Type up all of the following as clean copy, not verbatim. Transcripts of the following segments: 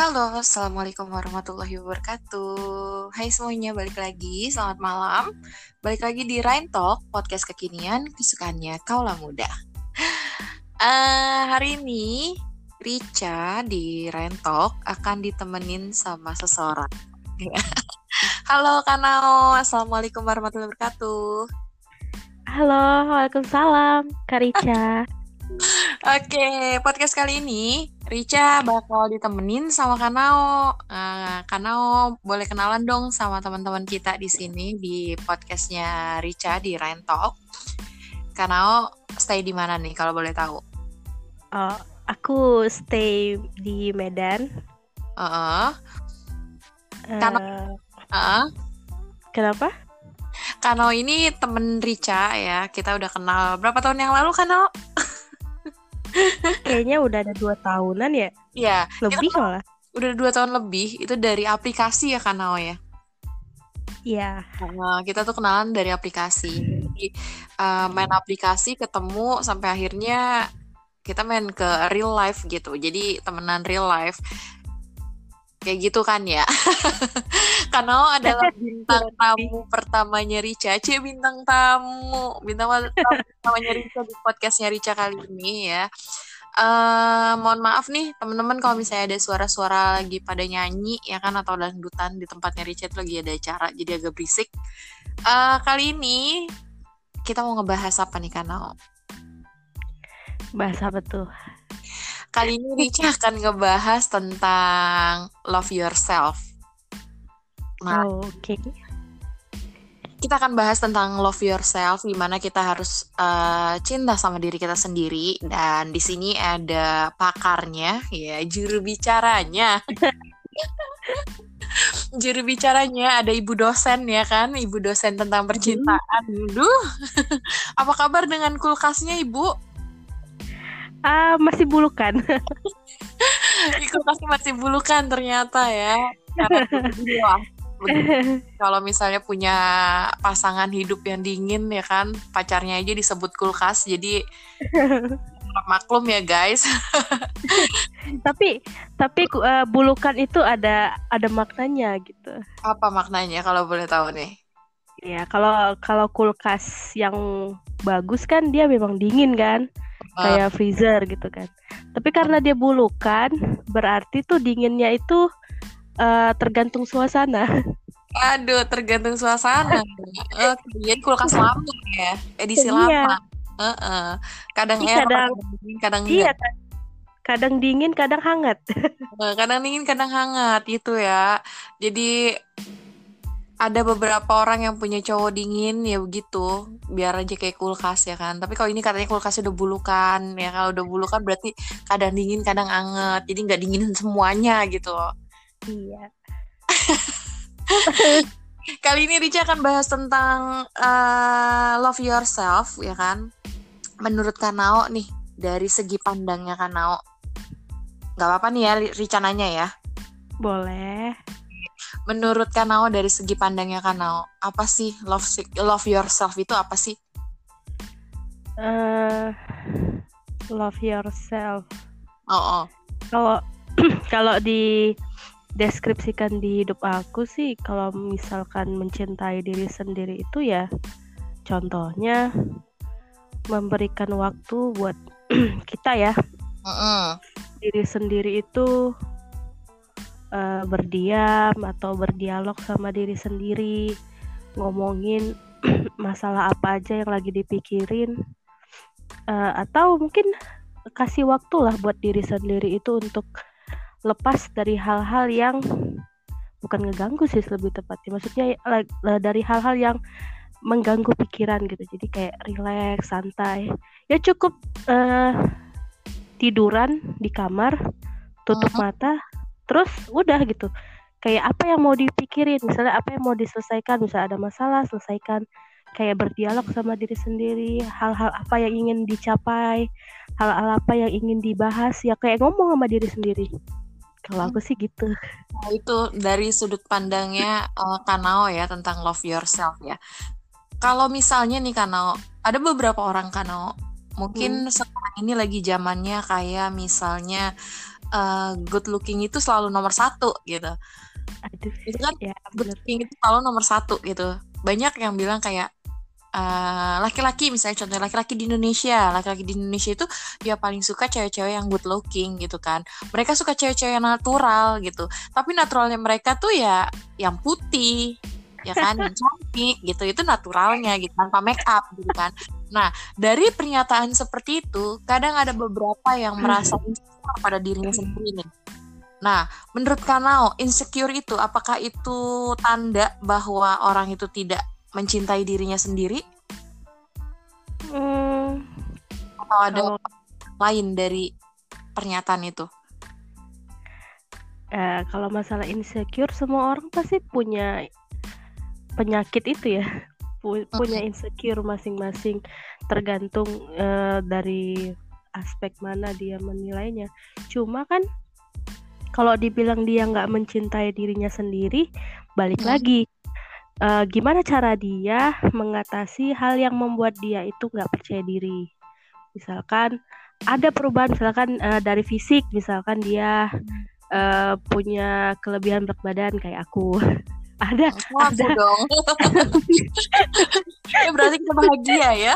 Halo, Assalamualaikum warahmatullahi wabarakatuh. Hai semuanya, balik lagi, selamat malam. Balik lagi di Rain Talk, podcast kekinian kesukaannya Kaula Muda. Hari ini, Rica di Rain Talk akan ditemenin sama seseorang. Halo Kanao, Assalamualaikum warahmatullahi wabarakatuh. Halo, waalaikumsalam, Kak Rica. Oke, podcast kali ini Rica bakal ditemenin sama Kanao. Kanao boleh kenalan dong sama teman-teman kita di sini di podcastnya Rica di Rain Talk. Kanao stay di mana nih kalau boleh tahu? Oh, aku stay di Medan. Kanao, Kenapa? Kanao ini temen Rica ya. Kita udah kenal berapa tahun yang lalu Kanao? Kayaknya udah ada 2 tahunan ya? Iya, Lebih malah. udah 2 tahun lebih. Itu dari aplikasi ya Kanao ya? Iya. Kita tuh kenalan dari aplikasi. Jadi main aplikasi ketemu sampai akhirnya kita main ke real life gitu. Jadi temenan real life. Kayak gitu kan ya. Kanao adalah bintang tamu pertamanya Rica. Bintang tamu pertamanya Rica di podcastnya Rica kali ini ya. Mohon maaf nih teman-teman kalau misalnya ada suara-suara lagi pada nyanyi ya kan atau dangdutan di tempatnya Rica itu lagi ada acara jadi agak berisik. Kali ini kita mau ngebahas apa nih Kanao? Bahasa apa tuh? Kali ini Rica akan ngebahas tentang love yourself. Nah, Oke. kita akan bahas tentang love yourself, gimana kita harus cinta sama diri kita sendiri. Dan di sini ada pakarnya, ya juru bicaranya. Juru bicaranya ada ibu dosen ya kan, ibu dosen tentang percintaan. Duh, apa kabar dengan kulkasnya ibu? Masih bulukan. Kulkasnya masih bulukan ternyata ya. Karena kalau misalnya punya pasangan hidup yang dingin ya kan, pacarnya aja disebut kulkas, jadi maklum ya guys. Tapi bulukan itu ada maknanya gitu. Apa maknanya kalau boleh tahu nih? Ya, kalau kulkas yang bagus kan dia memang dingin kan, kayak freezer gitu kan. Tapi karena dia bulukan, berarti tuh dinginnya itu tergantung suasana. Aduh, tergantung suasana. Jadi kulkas lama ya, edisi lama. Kadang kadang iya, enggak. kadang dingin, kadang hangat. Kadang dingin, kadang hangat gitu ya. Jadi ada beberapa orang yang punya cowok dingin ya begitu, biar aja kayak kulkas ya kan. Tapi kalau ini katanya kulkasnya udah bulukan ya, kalau udah bulukan berarti kadang dingin kadang anget, jadi nggak dinginin semuanya gitu. Iya. Kali ini Rica akan bahas tentang love yourself ya kan. Menurut Kanao nih, dari segi pandangnya Kanao, nggak apa-apa nih ya Rica nanya ya. Boleh. Menurut Kanao dari segi pandangnya Kanao, apa sih love yourself itu apa sih? Love yourself. Oh. Kalau di deskripsikan di hidup aku sih, kalau misalkan mencintai diri sendiri itu ya, contohnya memberikan waktu buat kita ya. Diri sendiri itu berdiam atau berdialog sama diri sendiri, ngomongin masalah apa aja yang lagi dipikirin, atau mungkin kasih waktu lah buat diri sendiri itu untuk lepas dari hal-hal yang bukan ngeganggu sih lebih tepatnya, maksudnya dari hal-hal yang mengganggu pikiran gitu. Jadi kayak relax, santai, ya cukup tiduran di kamar, tutup mata, terus udah gitu. Kayak apa yang mau dipikirin, misalnya apa yang mau diselesaikan, misalnya ada masalah selesaikan. Kayak berdialog sama diri sendiri, hal-hal apa yang ingin dicapai, hal-hal apa yang ingin dibahas, ya kayak ngomong sama diri sendiri. Kalau aku sih gitu. Nah, itu dari sudut pandangnya Kanao ya tentang love yourself ya. Kalau misalnya nih Kanao, ada beberapa orang Kanao, mungkin sekarang ini lagi zamannya kayak misalnya good looking itu selalu nomor satu gitu. Aduh, Itu kan ya good bener. looking itu selalu nomor satu gitu. Banyak yang bilang kayak laki-laki, misalnya contohnya laki-laki di Indonesia itu ya paling suka cewek-cewek yang good looking gitu kan. Mereka suka cewek-cewek yang natural gitu. Tapi naturalnya mereka tuh ya yang putih, ya kan, yang cantik gitu. Itu naturalnya gitu, tanpa make up gitu kan. Nah, dari pernyataan seperti itu, kadang ada beberapa yang merasa insecure pada dirinya sendiri nih. Nah, menurut Kanao, insecure itu apakah itu tanda bahwa orang itu tidak mencintai dirinya sendiri? Hmm, Atau ada kalau lain dari pernyataan itu? kalau masalah insecure, semua orang pasti punya penyakit itu ya, punya insecure masing-masing, tergantung dari aspek mana dia menilainya. Cuma kan kalau dibilang dia nggak mencintai dirinya sendiri, balik lagi gimana cara dia mengatasi hal yang membuat dia itu nggak percaya diri. Misalkan ada perubahan, misalkan dari fisik, misalkan dia punya kelebihan berat badan kayak aku. ada Aku dong. Ya berarti kita bahagia ya.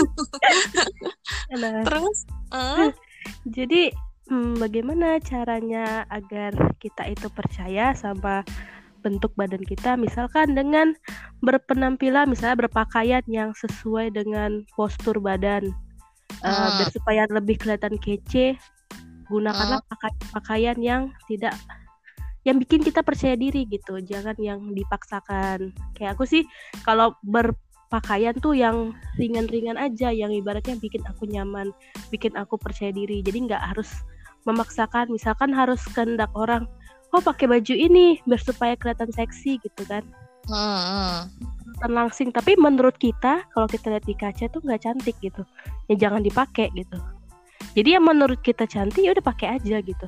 nah, Terus? jadi bagaimana caranya agar kita itu percaya sama bentuk badan kita, misalkan dengan berpenampilan, misalnya berpakaian yang sesuai dengan postur badan, biar supaya lebih kelihatan kece, gunakanlah pakaian yang tidak, yang bikin kita percaya diri gitu, jangan yang dipaksakan. Kayak aku sih kalau berpakaian tuh yang ringan-ringan aja, yang ibaratnya bikin aku nyaman, bikin aku percaya diri. Jadi nggak harus memaksakan, misalkan harus kehendak orang, oh pakai baju ini biar supaya kelihatan seksi gitu kan, langsing. Tapi menurut kita kalau kita lihat di kaca tuh nggak cantik gitu, ya jangan dipakai gitu. Jadi yang menurut kita cantik ya udah pakai aja gitu.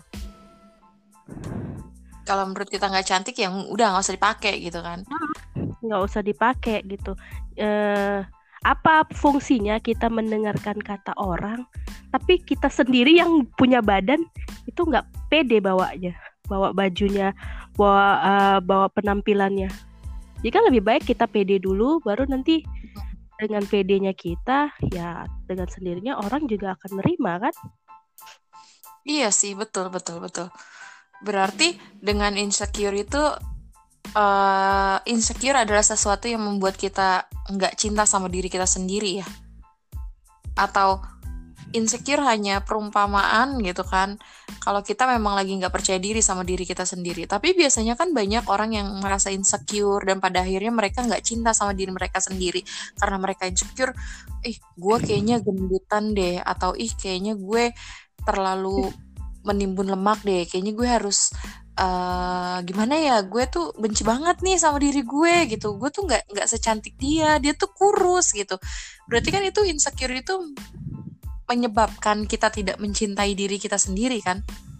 Kalau menurut kita nggak cantik ya udah nggak usah dipakai gitu kan. Nggak usah dipakai gitu. Apa fungsinya kita mendengarkan kata orang, tapi kita sendiri yang punya badan itu nggak pede bawanya, bawa bajunya, bawa penampilannya. Jadi kan lebih baik kita pede dulu, baru nanti dengan pedenya kita, ya dengan sendirinya orang juga akan nerima kan? Iya sih, betul. Berarti dengan insecure itu insecure adalah sesuatu yang membuat kita nggak cinta sama diri kita sendiri ya? Atau insecure hanya perumpamaan gitu kan, kalau kita memang lagi nggak percaya diri sama diri kita sendiri. Tapi biasanya kan banyak orang yang merasa insecure dan pada akhirnya mereka nggak cinta sama diri mereka sendiri karena mereka insecure, gue kayaknya gendutan deh, atau kayaknya gue terlalu menimbun lemak deh, kayaknya gue harus gimana ya, gue tuh benci banget nih sama diri gue gitu, gue tuh nggak secantik dia tuh kurus gitu. Berarti kan itu insecure itu menyebabkan kita tidak mencintai diri kita sendiri kan?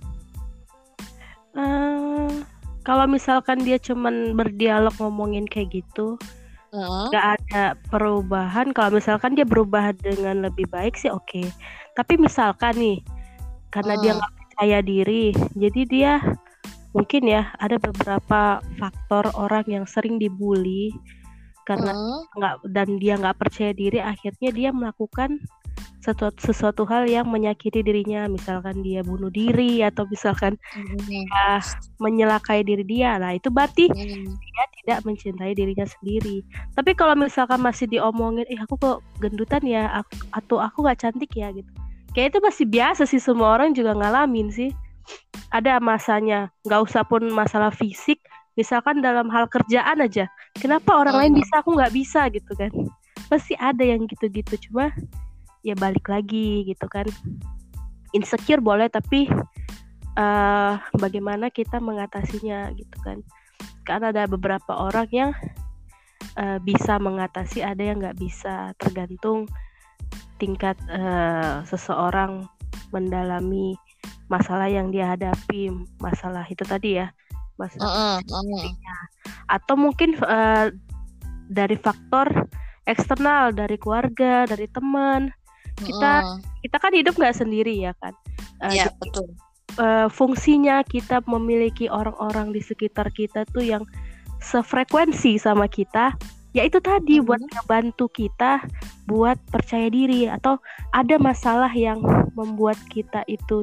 Kalau misalkan dia cuman berdialog ngomongin kayak gitu, nggak ada perubahan. Kalau misalkan dia berubah dengan lebih baik sih oke. Tapi misalkan nih, karena dia nggak percaya diri, jadi dia mungkin ya ada beberapa faktor orang yang sering dibully karena dan dia nggak percaya diri, akhirnya dia melakukan sesuatu hal yang menyakiti dirinya, misalkan dia bunuh diri atau misalkan dia menyelakai diri dia. Nah itu berarti dia tidak mencintai dirinya sendiri. Tapi kalau misalkan masih diomongin, aku kok gendutan ya, atau aku nggak cantik ya gitu, kayak itu masih biasa sih, semua orang juga ngalamin sih. Ada masanya, nggak usah pun masalah fisik, misalkan dalam hal kerjaan aja, kenapa orang lain bisa aku nggak bisa gitu kan, pasti ada yang gitu-gitu. Cuma ya balik lagi gitu kan, insecure boleh, tapi bagaimana kita mengatasinya gitu kan. Karena ada beberapa orang yang bisa mengatasi, ada yang nggak bisa, tergantung tingkat seseorang mendalami masalah yang dia hadapi, masalah itu tadi ya, masalah atau mungkin dari faktor eksternal, dari keluarga, dari teman. Kita kan hidup nggak sendiri ya kan. Iya betul. fungsinya kita memiliki orang-orang di sekitar kita tuh yang sefrekuensi sama kita, ya itu tadi buat ngebantu kita buat percaya diri, atau ada masalah yang membuat kita itu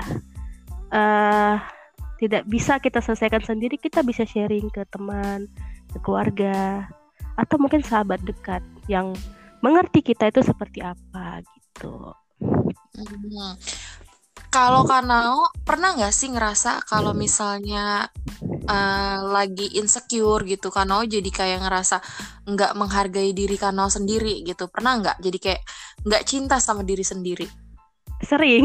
tidak bisa kita selesaikan sendiri, kita bisa sharing ke teman, ke keluarga, atau mungkin sahabat dekat yang mengerti kita itu seperti apa gitu. Hmm. Kalau Kanao pernah nggak sih ngerasa kalau misalnya lagi insecure gitu, Kanao jadi kayak ngerasa nggak menghargai diri Kanao sendiri gitu, pernah nggak? Jadi kayak nggak cinta sama diri sendiri. Sering.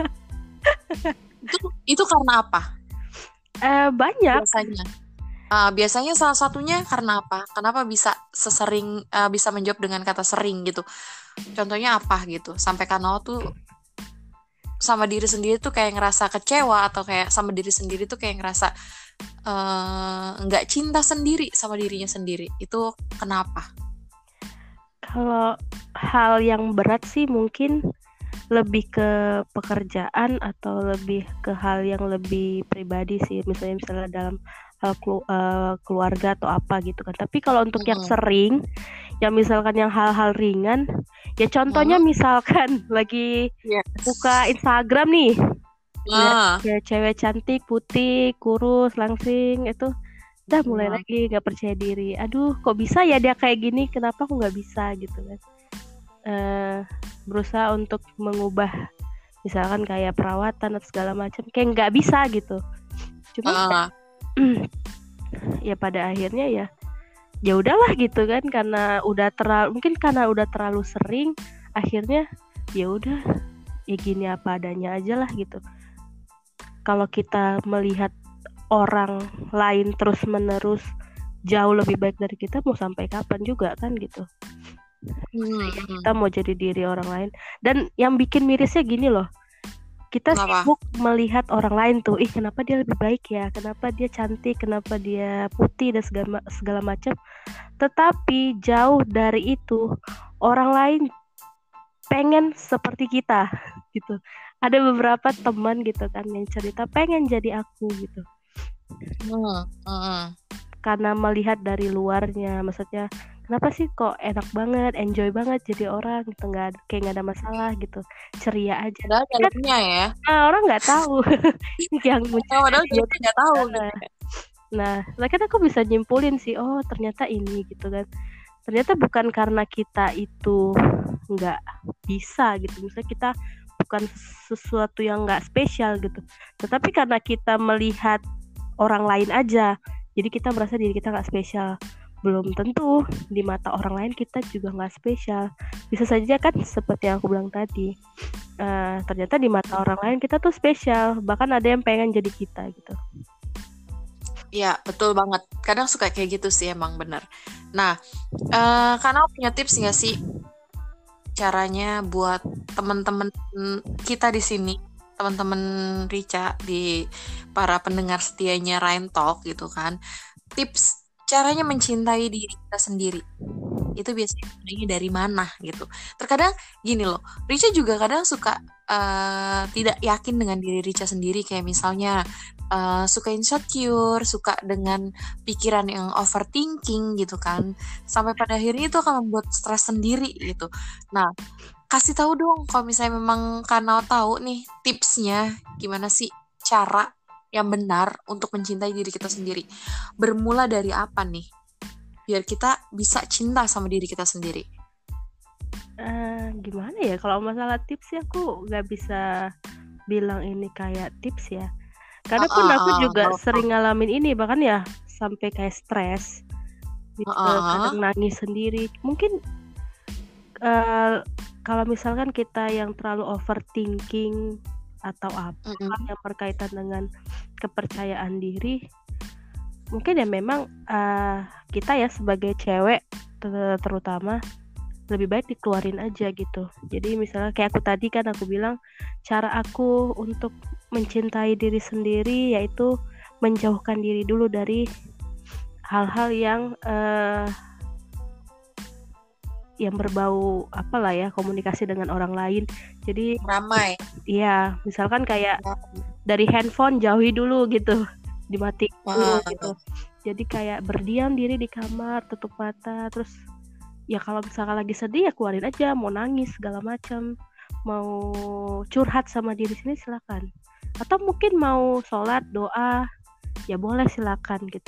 Itu karena apa Banyak. biasanya? Biasanya salah satunya karena apa? Kenapa bisa bisa menjawab dengan kata sering gitu? Contohnya apa gitu? Sampai Kanao tuh sama diri sendiri tuh kayak ngerasa kecewa, atau kayak sama diri sendiri tuh kayak ngerasa nggak cinta sendiri sama dirinya sendiri. Itu kenapa? Kalau hal yang berat sih mungkin lebih ke pekerjaan atau lebih ke hal yang lebih pribadi sih, misalnya dalam hal keluarga atau apa gitu kan. Tapi kalau untuk yang sering, yang misalkan yang hal-hal ringan, ya contohnya misalkan lagi buka Instagram nih, ya cewek cantik, putih, kurus, langsing, itu udah mulai lagi nggak percaya diri. Aduh, kok bisa ya dia kayak gini? Kenapa aku nggak bisa gitu kan? Berusaha untuk mengubah, misalkan kayak perawatan atau segala macam, kayak nggak bisa gitu. Cuma ya pada akhirnya ya udahlah gitu kan, karena udah terlalu sering, akhirnya ya udah, ya gini apa adanya aja lah gitu. Kalau kita melihat orang lain terus menerus jauh lebih baik dari kita, mau sampai kapan juga kan gitu. Kita mau jadi diri orang lain. Dan yang bikin mirisnya gini loh, kita sibuk melihat orang lain tuh, kenapa dia lebih baik ya, kenapa dia cantik, kenapa dia putih dan segala macam. Tetapi jauh dari itu, orang lain pengen seperti kita gitu. Ada beberapa teman gitu kan yang cerita pengen jadi aku gitu. Karena melihat dari luarnya, maksudnya kenapa sih kok enak banget, enjoy banget jadi orang gitu, kayak nggak ada masalah gitu, ceria aja. Dalamnya ya. Orang nggak tahu yang padahal dia nggak tahu. Nah, kan aku bisa nyimpulin sih, oh ternyata ini gitu kan. Ternyata bukan karena kita itu nggak bisa gitu, misalnya kita bukan sesuatu yang nggak spesial gitu, tetapi karena kita melihat orang lain aja, jadi kita merasa diri kita nggak spesial. Belum tentu di mata orang lain kita juga nggak spesial. Bisa saja kan seperti yang aku bilang tadi, ternyata di mata orang lain kita tuh spesial, bahkan ada yang pengen jadi kita gitu. Iya, betul banget. Kadang suka kayak gitu sih, emang bener. Nah, karena punya tips nggak sih caranya buat teman-teman kita di sini, teman-teman Rica, di para pendengar setianya Rain Talk gitu kan, tips caranya mencintai diri kita sendiri itu biasanya dari mana gitu. Terkadang gini loh, Rica juga kadang suka tidak yakin dengan diri Rica sendiri, kayak misalnya suka insecure, suka dengan pikiran yang overthinking gitu kan, sampai pada akhirnya itu akan membuat stres sendiri gitu. Nah, kasih tahu dong kalau misalnya memang Kanao tahu nih tipsnya gimana sih cara yang benar untuk mencintai diri kita sendiri. Bermula dari apa nih? Biar kita bisa cinta sama diri kita sendiri. Gimana ya, kalau masalah tips sih aku nggak bisa bilang ini kayak tips ya. Karena pun aku juga sering ngalamin ini, bahkan ya sampai kayak stres gitu, kadang nangis sendiri. Mungkin kalau misalkan kita yang terlalu overthinking atau apa yang berkaitan dengan kepercayaan diri, mungkin ya memang kita ya sebagai cewek terutama lebih baik dikeluarin aja gitu. Jadi misalnya kayak aku tadi kan aku bilang, cara aku untuk mencintai diri sendiri yaitu menjauhkan diri dulu dari hal-hal yang berbau apalah ya, komunikasi dengan orang lain. Jadi ramai. Iya, misalkan kayak dari handphone jauhi dulu gitu, dimatiin dulu gitu. Wah. Jadi kayak berdiam diri di kamar, tutup mata, terus ya kalau misalkan lagi sedih ya keluarin aja, mau nangis segala macam, mau curhat sama diri sendiri silakan. Atau mungkin mau sholat, doa, ya boleh silakan gitu.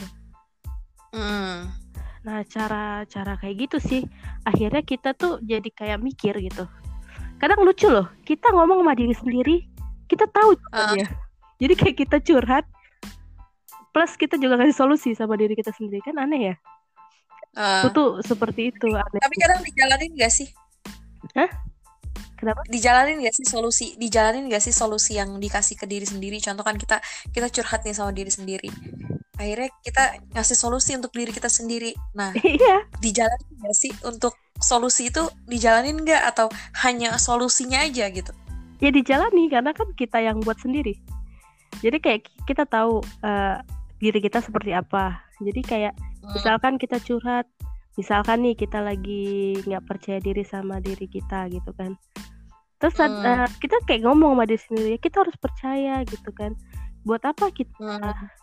Hmm. Nah, cara kayak gitu sih akhirnya kita tuh jadi kayak mikir gitu. Kadang lucu loh, kita ngomong sama diri sendiri, kita tahu jawabannya. Jadi kayak kita curhat, plus kita juga kasih solusi sama diri kita sendiri, kan aneh ya? Aku tuh seperti itu, aneh. Tapi kadang dijalanin gak sih? Hah? Kenapa? Dijalanin gak sih solusi yang dikasih ke diri sendiri? Contoh kan kita curhat nih sama diri sendiri. Akhirnya kita ngasih solusi untuk diri kita sendiri. Nah, Iya, dijalanin gak sih untuk solusi itu dijalanin gak? Atau hanya solusinya aja gitu? ya dijalani karena kan kita yang buat sendiri. Jadi kayak kita tahu diri kita seperti apa. Jadi kayak misalkan kita curhat, misalkan nih kita lagi nggak percaya diri sama diri kita gitu kan. Terus kita kayak ngomong sama diri sendiri, kita harus percaya gitu kan. Buat apa kita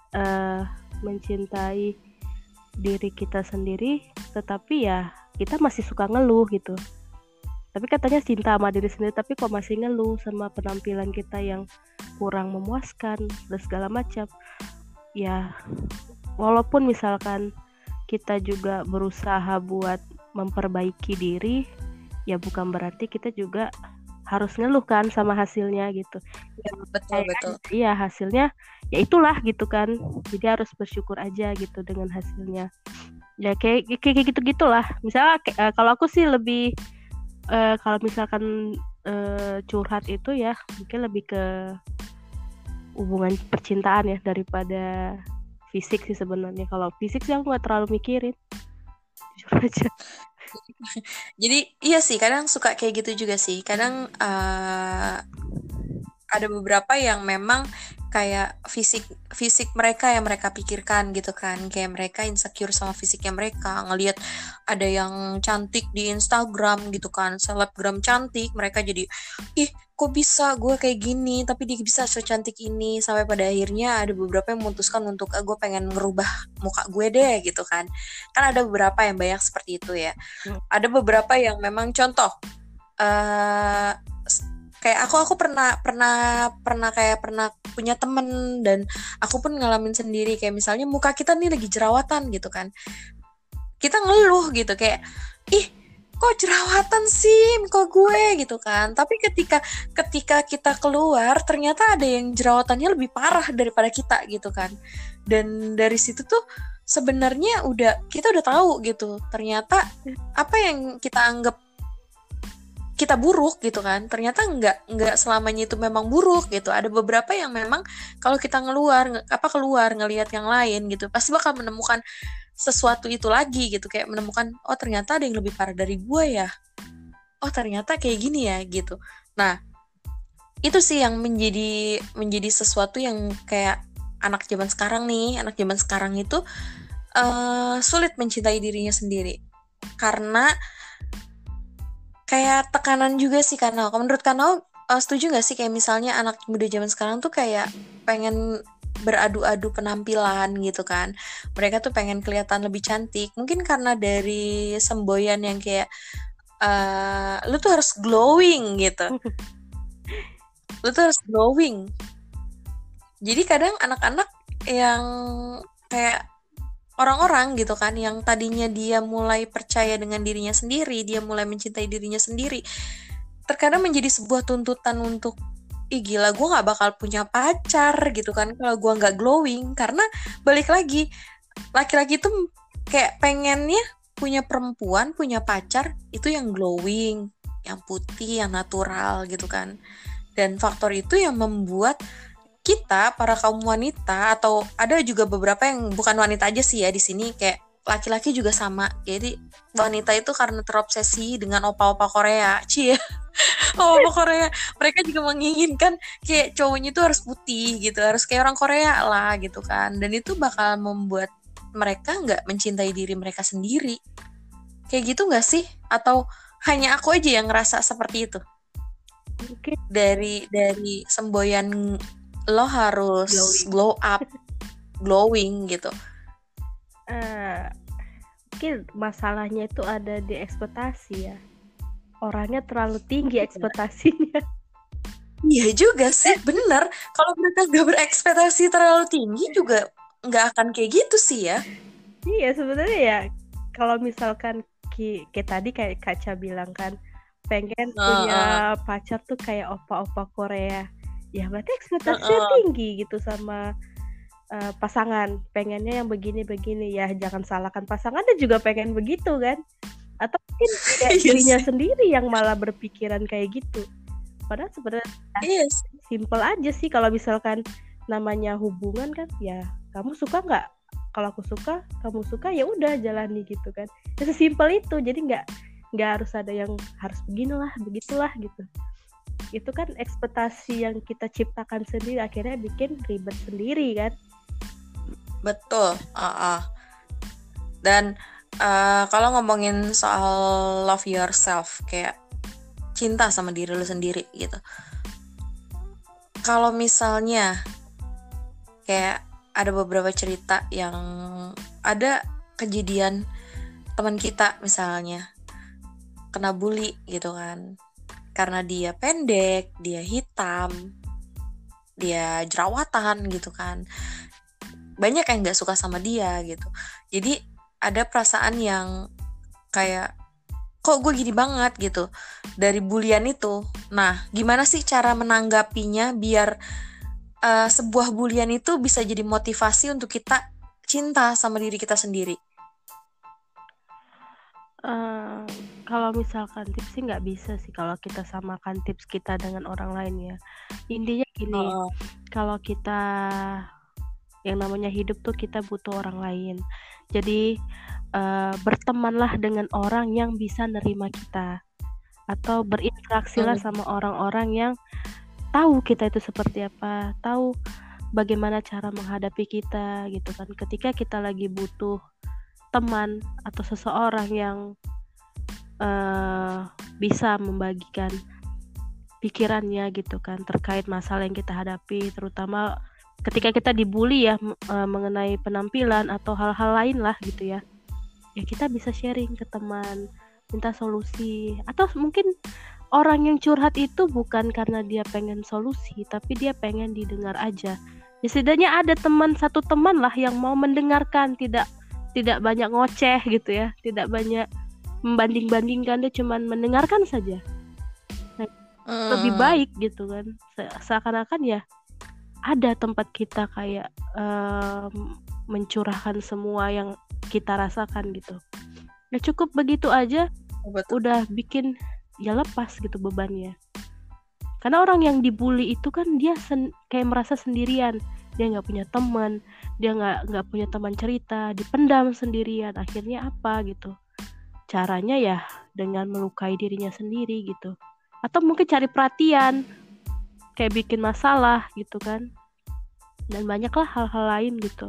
mencintai diri kita sendiri, tetapi ya kita masih suka ngeluh gitu. Tapi katanya cinta sama diri sendiri, tapi kok masih ngeluh sama penampilan kita yang kurang memuaskan dan segala macam. Ya, walaupun misalkan kita juga berusaha buat memperbaiki diri, ya bukan berarti kita juga harus ngeluh kan sama hasilnya gitu. Ya, betul. Iya, hasilnya ya itulah gitu kan. Jadi harus bersyukur aja gitu dengan hasilnya. Ya kayak gitu-gitulah. Misalnya kalau aku sih lebih kalau misalkan curhat itu ya mungkin lebih ke hubungan percintaan ya daripada fisik sih sebenarnya. Kalau fisik sih aku nggak terlalu mikirin, jujur aja. Jadi iya sih, kadang suka kayak gitu juga sih. Kadang ada beberapa yang memang kayak fisik mereka yang mereka pikirkan gitu kan, kayak mereka insecure sama fisiknya mereka, ngelihat ada yang cantik di Instagram gitu kan, selebgram cantik, mereka jadi ih kok bisa gue kayak gini tapi dia bisa secantik ini, sampai pada akhirnya ada beberapa yang memutuskan untuk gue pengen ngerubah muka gue deh gitu kan ada beberapa yang banyak seperti itu ya. Ada beberapa yang memang contoh kayak aku pernah punya temen, dan aku pun ngalamin sendiri, kayak misalnya muka kita nih lagi jerawatan gitu kan, kita ngeluh gitu kayak ih kok jerawatan sih muka gue gitu kan, tapi ketika kita keluar ternyata ada yang jerawatannya lebih parah daripada kita gitu kan, dan dari situ tuh sebenarnya kita udah tahu gitu, ternyata apa yang kita anggap kita buruk gitu kan, ternyata nggak selamanya itu memang buruk gitu. Ada beberapa yang memang kalau kita keluar ngelihat yang lain gitu, pasti bakal menemukan sesuatu itu lagi gitu, kayak menemukan oh ternyata ada yang lebih parah dari gue ya, oh ternyata kayak gini ya gitu. Nah itu sih yang menjadi sesuatu yang kayak anak zaman sekarang itu sulit mencintai dirinya sendiri karena kayak tekanan juga sih. Karena menurut Kano setuju gak sih kayak misalnya anak muda zaman sekarang tuh kayak pengen beradu-adu penampilan gitu kan, mereka tuh pengen kelihatan lebih cantik, mungkin karena dari semboyan yang kayak lu tuh harus glowing gitu, lu tuh harus glowing. Jadi kadang anak-anak yang kayak orang-orang gitu kan, yang tadinya dia mulai percaya dengan dirinya sendiri, dia mulai mencintai dirinya sendiri, terkadang menjadi sebuah tuntutan untuk ih gila gue gak bakal punya pacar gitu kan kalau gue gak glowing. Karena balik lagi, laki-laki tuh kayak pengennya punya perempuan, punya pacar itu yang glowing, yang putih, yang natural gitu kan. Dan faktor itu yang membuat kita para kaum wanita, atau ada juga beberapa yang bukan wanita aja sih ya di sini, kayak laki-laki juga sama. Jadi wanita itu karena terobsesi dengan opa-opa Korea, opa Korea, mereka juga menginginkan kayak cowoknya itu harus putih gitu, harus kayak orang Korea lah gitu kan. Dan itu bakal membuat mereka nggak mencintai diri mereka sendiri. Kayak gitu nggak sih? Atau hanya aku aja yang ngerasa seperti itu? Mungkin Dari semboyan lo harus glowing. glow up, glowing gitu. Eh, Mungkin masalahnya itu ada di ekspektasi ya. Orangnya terlalu tinggi ekspektasinya. Iya juga sih, bener. Kalau mereka gak berekspektasi terlalu tinggi juga nggak akan kayak gitu sih ya. Iya sebenarnya ya, kalau misalkan kayak tadi kayak Kaca bilang kan, pengen punya Heeh, pacar tuh kayak opa-opa Korea. Ya berarti ekspektasinya heeh. tinggi gitu sama pasangan. Pengennya yang begini-begini. Ya jangan salahkan pasangan, dan juga pengen begitu kan. Atau mungkin Iya dirinya sih, sendiri yang malah berpikiran kayak gitu. Padahal sebenarnya iya sih. simple aja sih, kalau misalkan namanya hubungan kan ya, kamu suka nggak, kalau aku suka kamu suka, ya udah jalani gitu kan, ya sesimpel itu. Jadi nggak harus ada yang harus beginilah begitulah gitu. Itu kan ekspektasi yang kita ciptakan sendiri, akhirnya bikin ribet sendiri kan. Betul. Dan kalau ngomongin soal love yourself, kayak cinta sama diri lu sendiri gitu. Kalau misalnya kayak ada beberapa cerita yang ada kejadian teman kita misalnya kena bully gitu kan. Karena dia pendek, dia hitam, dia jerawatan gitu kan. Banyak yang gak suka sama dia gitu. Jadi ada perasaan yang kayak kok gue gini banget gitu dari bulian itu. Nah, gimana sih cara menanggapinya biar sebuah bulian itu bisa jadi motivasi untuk kita cinta sama diri kita sendiri? Eh, Kalau misalkan tips sih nggak bisa sih kalau kita samakan tips kita dengan orang lain ya. Intinya gini, Oh, kalau kita yang namanya hidup tuh kita butuh orang lain. Jadi bertemanlah dengan orang yang bisa nerima kita, atau berinteraksilah mm, sama orang-orang yang tahu kita itu seperti apa, tahu bagaimana cara menghadapi kita gitu kan. Ketika kita lagi butuh teman atau seseorang yang bisa membagikan pikirannya gitu kan terkait masalah yang kita hadapi, terutama ketika kita dibully ya, mengenai penampilan atau hal-hal lain lah gitu ya. Ya kita bisa sharing ke teman, minta solusi, atau mungkin orang yang curhat itu bukan karena dia pengen solusi, tapi dia pengen didengar aja. Ya setidaknya ada teman, satu teman lah yang mau mendengarkan, tidak banyak ngoceh gitu ya, tidak banyak membanding-bandingkan, dia cuman mendengarkan saja. Nah, lebih mm, baik gitu kan. Seakan-akan ya ada tempat kita kayak mencurahkan semua yang kita rasakan gitu. Ya cukup begitu aja betul. udah bikin ya lepas gitu bebannya. Karena orang yang dibully itu kan dia kayak merasa sendirian, dia nggak punya teman, dia nggak punya teman cerita, dipendam sendirian. Akhirnya apa gitu? Caranya ya dengan melukai dirinya sendiri gitu. Atau mungkin cari perhatian, kayak bikin masalah gitu kan. Dan banyaklah hal-hal lain gitu.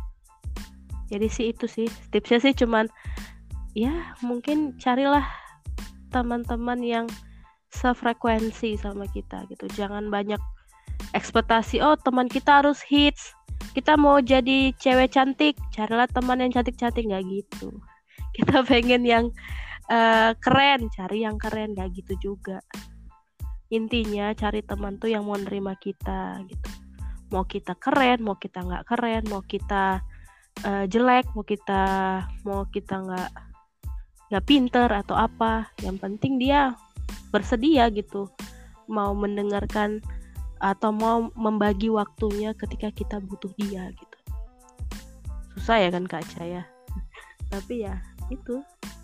Jadi sih itu sih tipsnya sih, cuman ya mungkin carilah teman-teman yang sefrekuensi sama kita gitu. Jangan banyak ekspektasi, oh teman kita harus hits, kita mau jadi cewek cantik, carilah teman yang cantik-cantik, nggak gitu. Kita pengen yang keren, cari yang keren, nggak gitu juga. Intinya cari teman tuh yang mau nerima kita gitu. Mau kita keren, mau kita nggak keren, mau kita jelek, mau kita nggak pinter atau apa, yang penting dia bersedia gitu, mau mendengarkan atau mau membagi waktunya ketika kita butuh dia gitu. Susah ya kan Kak Caya, tapi ya itu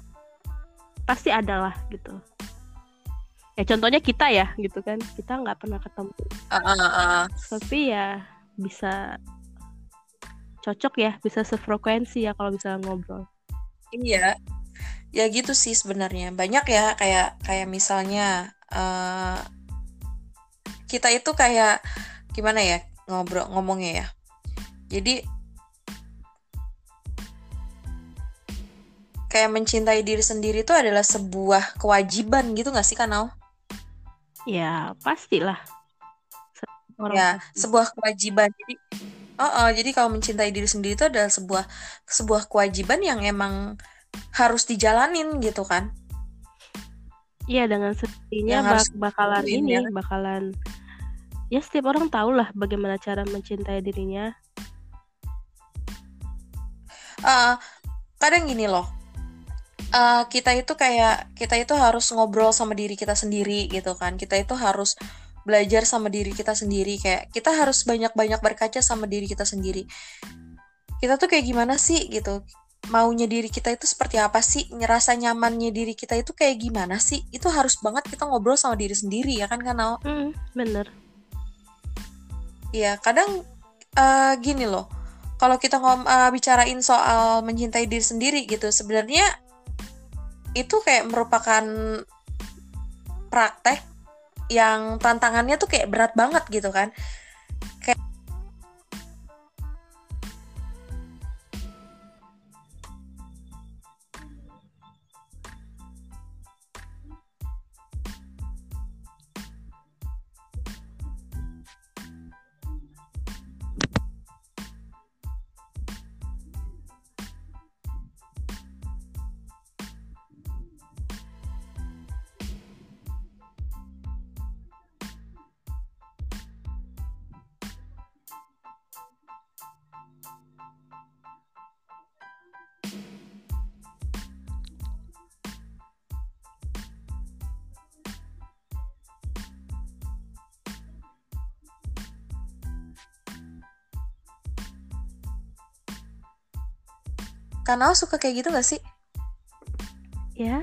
pasti ada lah gitu. Ya contohnya kita ya gitu kan, kita nggak pernah ketemu, Uh, uh, uh. tapi ya bisa cocok ya, bisa sefrekuensi ya kalau bisa ngobrol. Iya, ya gitu sih sebenarnya. Banyak ya kayak kayak misalnya kita itu kayak gimana ya ngomongnya ya. Jadi kayak mencintai diri sendiri itu adalah sebuah kewajiban gitu nggak sih Kanal? Ya pastilah, orang Ya, pasti. sebuah kewajiban. Jadi kalau mencintai diri sendiri itu adalah sebuah sebuah kewajiban yang emang harus dijalanin gitu kan, Iya, dengan sendirinya yang harus bakalan dilakuin ini, ya kan. bakalan ya setiap orang tahu lah bagaimana cara mencintai dirinya. Eh, Kadang gini loh, kita itu harus ngobrol sama diri kita sendiri gitu kan. Kita itu harus belajar sama diri kita sendiri, kayak kita harus banyak-banyak berkaca sama diri kita sendiri. Kita tuh kayak gimana sih gitu, maunya diri kita itu seperti apa sih, ngerasa nyamannya diri kita itu kayak gimana sih, itu harus banget kita ngobrol sama diri sendiri ya kan Kanao. Bener. Iya, kadang gini loh, kalau kita bicarain soal mencintai diri sendiri gitu, sebenarnya itu kayak merupakan praktek yang tantangannya tuh kayak berat banget gitu kan. Kayak Kanao suka kayak gitu gak sih? Ya,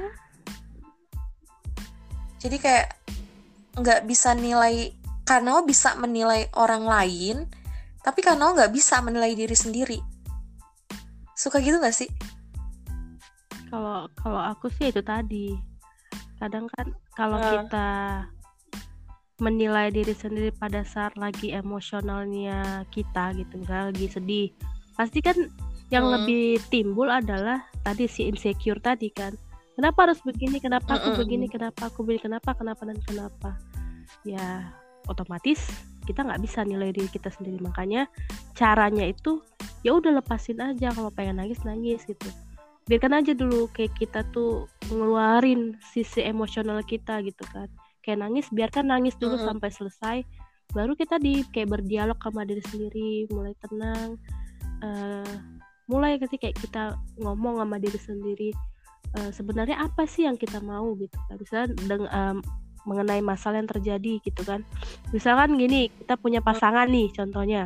Jadi kayak nggak bisa nilai, Kanao bisa menilai orang lain, tapi Kanao nggak bisa menilai diri sendiri. Suka gitu gak sih? kalau kalau aku sih itu tadi. Kadang kan kalau Eh, kita menilai diri sendiri pada saat lagi emosionalnya kita gitu, misalnya lagi sedih, pasti kan yang mm, lebih timbul adalah tadi si insecure tadi kan. Kenapa harus begini? mm, Kenapa aku mm, begini? mm. Kenapa aku begini? Kenapa dan kenapa? Ya otomatis kita nggak bisa nilai diri kita sendiri. Makanya caranya itu ya udah lepasin aja, kalau pengen nangis nangis gitu. Biarkan aja dulu kayak kita tuh ngeluarin sisi emosional kita gitu kan. Kayak nangis, biarkan nangis dulu Mm-mm. sampai selesai. Baru kita kayak berdialog sama diri sendiri, mulai tenang. eh Mulai ketika kayak kita ngomong sama diri sendiri, sebenarnya apa sih yang kita mau gitu kan. Misalnya mengenai masalah yang terjadi gitu kan. Misalkan gini, kita punya pasangan nih contohnya.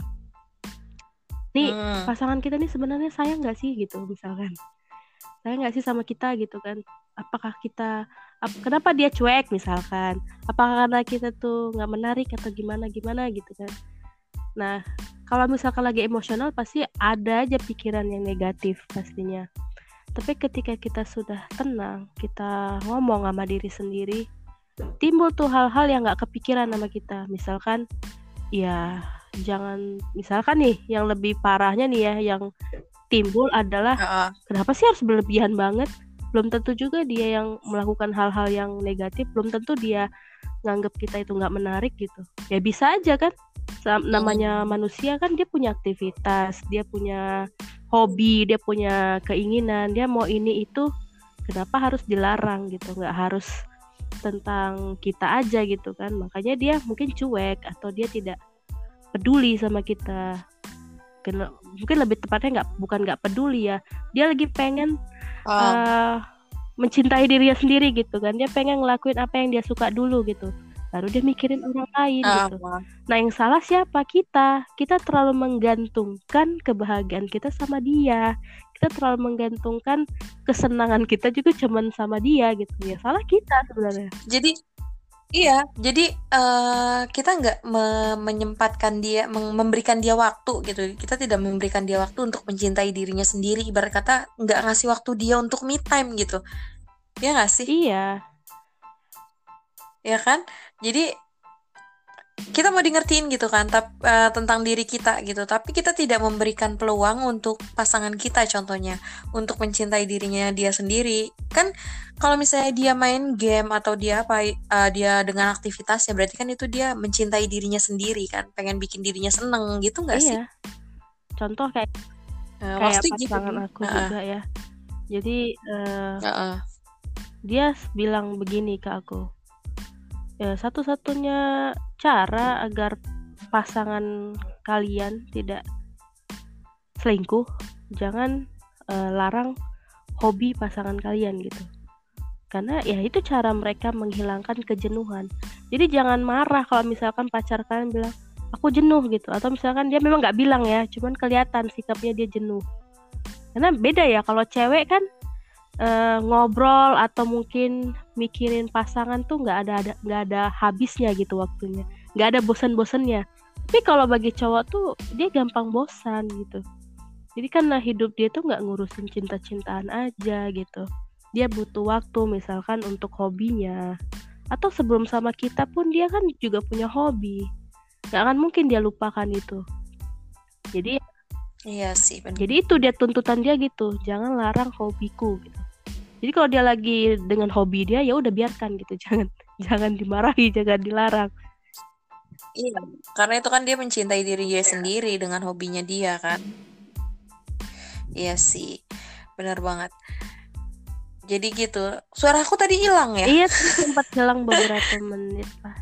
Nih Mm. pasangan kita nih sebenarnya sayang gak sih gitu misalkan. Sayang gak sih sama kita gitu kan. Apakah kita, kenapa dia cuek misalkan. Apakah karena kita tuh gak menarik atau gimana-gimana gitu kan. Nah kalau misalkan lagi emosional pasti ada aja pikiran yang negatif pastinya. Tapi ketika kita sudah tenang, kita ngomong sama diri sendiri, timbul tuh hal-hal yang gak kepikiran sama kita. Misalkan ya jangan, misalkan nih yang lebih parahnya nih ya, yang timbul adalah Heeh. kenapa sih harus berlebihan banget. Belum tentu juga dia yang melakukan hal-hal yang negatif, belum tentu dia nganggap kita itu nggak menarik gitu. Ya bisa aja kan, namanya Mm. manusia kan, dia punya aktivitas, dia punya hobi, dia punya keinginan, dia mau ini itu, kenapa harus dilarang gitu. Nggak harus tentang kita aja gitu kan. Makanya dia mungkin cuek atau dia tidak peduli sama kita. Mungkin lebih tepatnya bukan nggak peduli ya, dia lagi pengen Oh, uh, mencintai dirinya sendiri gitu kan. Dia pengen ngelakuin apa yang dia suka dulu gitu, baru dia mikirin orang lain gitu. Nah yang salah siapa? Kita terlalu menggantungkan kebahagiaan kita sama dia, kita terlalu menggantungkan kesenangan kita juga cuman sama dia gitu. Ya salah kita sebenarnya. jadi iya, jadi kita nggak menyempatkan dia, memberikan dia waktu gitu. Kita tidak memberikan dia waktu untuk mencintai dirinya sendiri. Ibarat kata nggak ngasih waktu dia untuk me time gitu. Ya nggak sih? Iya. Ya kan? Jadi kita mau di ngertiin gitu kan, tentang diri kita gitu, tapi kita tidak memberikan peluang untuk pasangan kita contohnya untuk mencintai dirinya dia sendiri. Kan kalau misalnya dia main game atau dia dia dengan aktivitasnya, berarti kan itu dia mencintai dirinya sendiri kan, pengen bikin dirinya seneng gitu nggak sih? Iya, contoh kayak Pasti gitu pasangan kan. aku juga ya. Jadi Heeh. dia bilang begini ke aku, ya satu-satunya cara agar pasangan kalian tidak selingkuh, jangan larang hobi pasangan kalian gitu. Karena ya itu cara mereka menghilangkan kejenuhan. Jadi jangan marah kalau misalkan pacar kalian bilang aku jenuh gitu, atau misalkan dia memang nggak bilang ya, cuman kelihatan sikapnya dia jenuh. Karena beda ya kalau cewek kan ngobrol atau mungkin mikirin pasangan tuh nggak ada habisnya gitu waktunya, nggak ada bosan-bosannya. Tapi kalau bagi cowok tuh dia gampang bosan gitu. Jadi karena hidup dia tuh nggak ngurusin cinta-cintaan aja gitu. Dia butuh waktu misalkan untuk hobinya. Atau sebelum sama kita pun dia kan juga punya hobi. Nggak akan mungkin dia lupakan itu. Jadi Iya sih benar. jadi itu dia tuntutan dia gitu. Jangan larang hobiku gitu. Jadi kalau dia lagi dengan hobi dia ya udah biarkan gitu. Jangan dimarahi, jangan dilarang. Iya, karena itu kan dia mencintai diri dia sendiri dengan hobinya dia kan. Iya sih, benar banget. Jadi gitu. Suara aku tadi hilang ya? Iya, sempat hilang beberapa menit lah.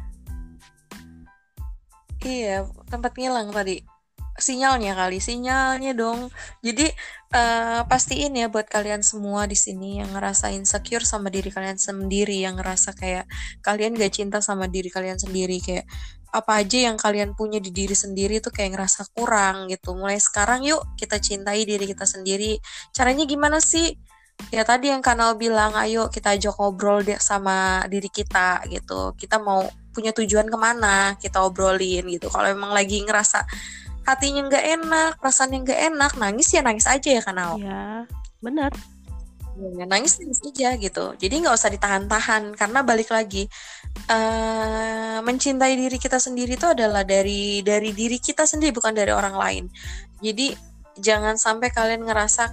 Iya, tempat ngilang tadi. Sinyalnya dong. Jadi pastiin ya buat kalian semua di sini yang ngerasa insecure sama diri kalian sendiri, yang ngerasa kayak kalian gak cinta sama diri kalian sendiri, kayak apa aja yang kalian punya di diri sendiri tuh kayak ngerasa kurang gitu. Mulai sekarang yuk kita cintai diri kita sendiri. Caranya gimana sih? Ya tadi yang Kanal bilang, ayo kita ajak ngobrol deh sama diri kita gitu. Kita mau punya tujuan kemana, kita obrolin gitu. Kalau emang lagi ngerasa hatinya nggak enak, perasaannya nggak enak, nangis ya nangis aja ya Kanal. Ya, benar. Ya, nangis aja gitu. Jadi nggak usah ditahan-tahan karena balik lagi mencintai diri kita sendiri itu adalah dari diri kita sendiri, bukan dari orang lain. Jadi jangan sampai kalian ngerasa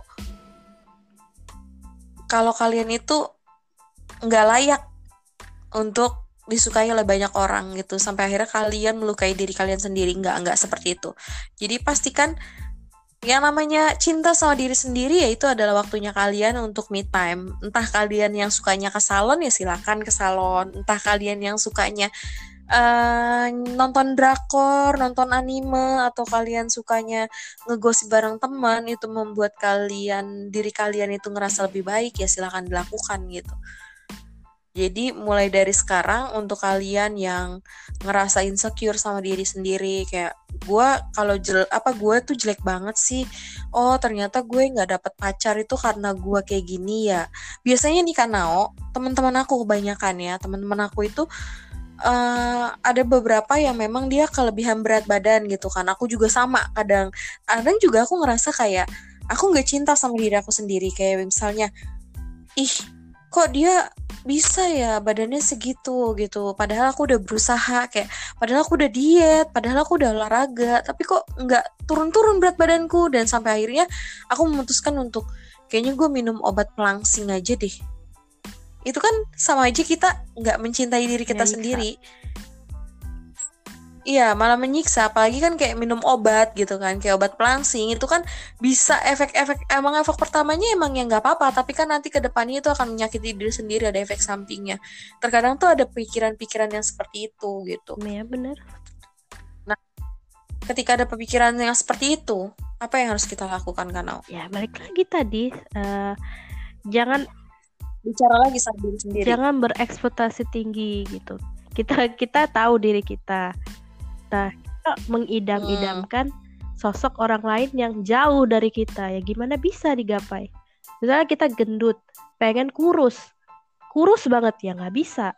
kalau kalian itu nggak layak untuk disukai oleh banyak orang gitu, sampai akhirnya kalian melukai diri kalian sendiri. Nggak seperti itu. Jadi pastikan yang namanya cinta sama diri sendiri ya itu adalah waktunya kalian untuk me time. Entah kalian yang sukanya ke salon ya silakan ke salon. Entah kalian yang sukanya nonton drakor, nonton anime, atau kalian sukanya ngegosip bareng teman, itu membuat diri kalian itu ngerasa lebih baik, ya silakan dilakukan gitu. Jadi mulai dari sekarang untuk kalian yang ngerasa insecure sama diri sendiri, kayak gue tuh jelek banget sih. Oh ternyata gue nggak dapet pacar itu karena gue kayak gini ya. Biasanya nih Kanao, teman-teman aku kebanyakan ya, teman-teman aku itu ada beberapa yang memang dia kelebihan berat badan gitu kan. Aku juga sama, kadang juga aku ngerasa kayak aku nggak cinta sama diri aku sendiri. Kayak misalnya, ih kok dia bisa ya badannya segitu gitu, padahal aku udah berusaha, kayak padahal aku udah diet, padahal aku udah olahraga, tapi kok nggak turun-turun berat badanku. Dan sampai akhirnya aku memutuskan untuk kayaknya gue minum obat pelangsing aja deh. Itu kan sama aja kita nggak mencintai diri kita sendiri. Iya, malah menyiksa. Apalagi kan kayak minum obat gitu kan, kayak obat pelangsing itu kan bisa efek pertamanya emang ya nggak apa-apa, tapi kan nanti ke depannya itu akan menyakiti diri sendiri, ada efek sampingnya. Terkadang tuh ada pikiran-pikiran yang seperti itu gitu. Iya benar. Nah, ketika ada pemikiran yang seperti itu, apa yang harus kita lakukan, Kanau? Ya balik lagi tadi, jangan bicara lagi sama diri sendiri. Jangan berekspektasi tinggi gitu. Kita tahu diri kita. Nah, kita mengidam-idamkan sosok orang lain yang jauh dari kita. Ya gimana bisa digapai? Misalnya kita gendut, pengen kurus banget ya nggak bisa.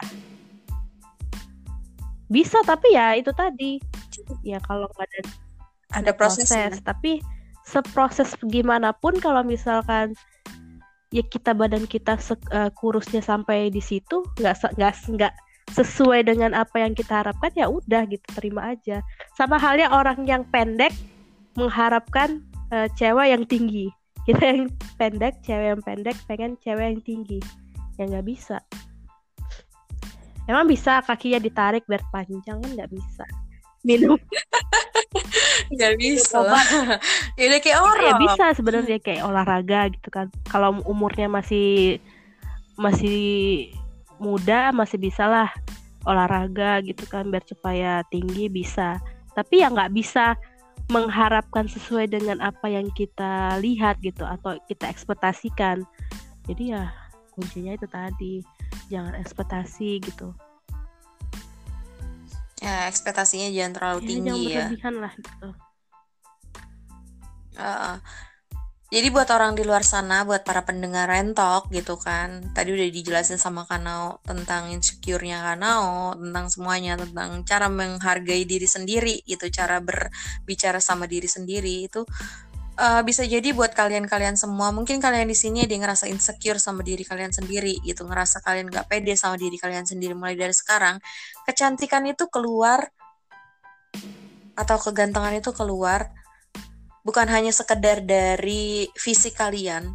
Bisa tapi ya itu tadi. Ya kalau nggak ada proses, tapi seproses gimana pun kalau misalkan ya badan kita kurusnya sampai di situ, nggak sesuai dengan apa yang kita harapkan, ya udah gitu, terima aja. Sama halnya orang yang pendek mengharapkan cewek yang tinggi. Kita yang pendek, cewek yang pendek pengen cewek yang tinggi, ya nggak bisa. Emang bisa kakinya ditarik biar panjang? Kan nggak bisa. Minum Nggak bisa obat lah. Ya udah kayak ya orang. bisa sebenarnya, kayak olahraga gitu kan. Kalau umurnya masih muda masih bisa lah olahraga gitu kan biar supaya tinggi, bisa. Tapi ya nggak bisa mengharapkan sesuai dengan apa yang kita lihat gitu atau kita ekspektasikan. Jadi ya kuncinya itu tadi, jangan ekspektasi gitu. Ya, ekspektasinya jangan terlalu Jangan tinggi ya. berlebihan lah gitu. Jadi buat orang di luar sana, buat para pendengar Rentok gitu kan, tadi udah dijelasin sama Kanao tentang insecure-nya Kanao, tentang semuanya, tentang cara menghargai diri sendiri gitu, cara berbicara sama diri sendiri itu bisa jadi buat kalian-kalian semua. Mungkin kalian di sini ada yang ngerasa insecure sama diri kalian sendiri gitu, ngerasa kalian gak pede sama diri kalian sendiri. Mulai dari sekarang, kecantikan itu keluar atau kegantengan itu keluar bukan hanya sekedar dari fisik kalian.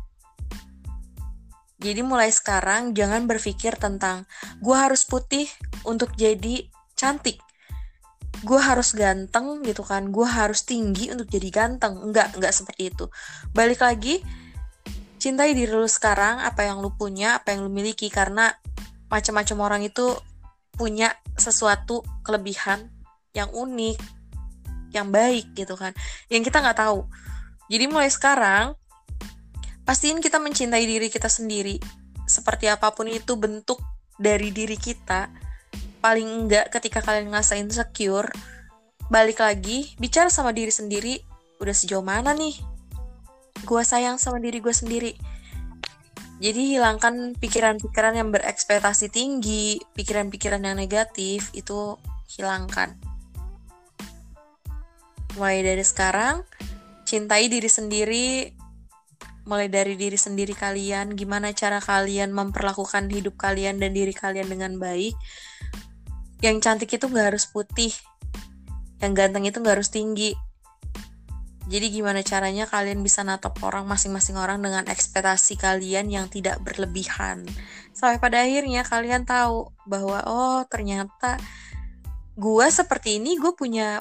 Jadi mulai sekarang jangan berpikir tentang gue harus putih untuk jadi cantik, gue harus ganteng gitu kan, gue harus tinggi untuk jadi ganteng. Enggak seperti itu. Balik lagi, cintai diri lu sekarang, apa yang lu punya, apa yang lu miliki. Karena macam-macam orang itu punya sesuatu kelebihan yang unik, yang baik gitu kan, yang kita nggak tahu. Jadi mulai sekarang pastiin kita mencintai diri kita sendiri, seperti apapun itu bentuk dari diri kita. Paling enggak ketika kalian ngerasa insecure, balik lagi bicara sama diri sendiri, udah sejauh mana nih gue sayang sama diri gue sendiri. Jadi hilangkan pikiran-pikiran yang berekspektasi tinggi, pikiran-pikiran yang negatif itu hilangkan. Mulai dari sekarang, cintai diri sendiri, mulai dari diri sendiri kalian, gimana cara kalian memperlakukan hidup kalian dan diri kalian dengan baik. Yang cantik itu gak harus putih, yang ganteng itu gak harus tinggi. Jadi gimana caranya kalian bisa natap orang, masing-masing orang dengan ekspektasi kalian yang tidak berlebihan. Sampai pada akhirnya kalian tahu bahwa oh ternyata gue seperti ini, gue punya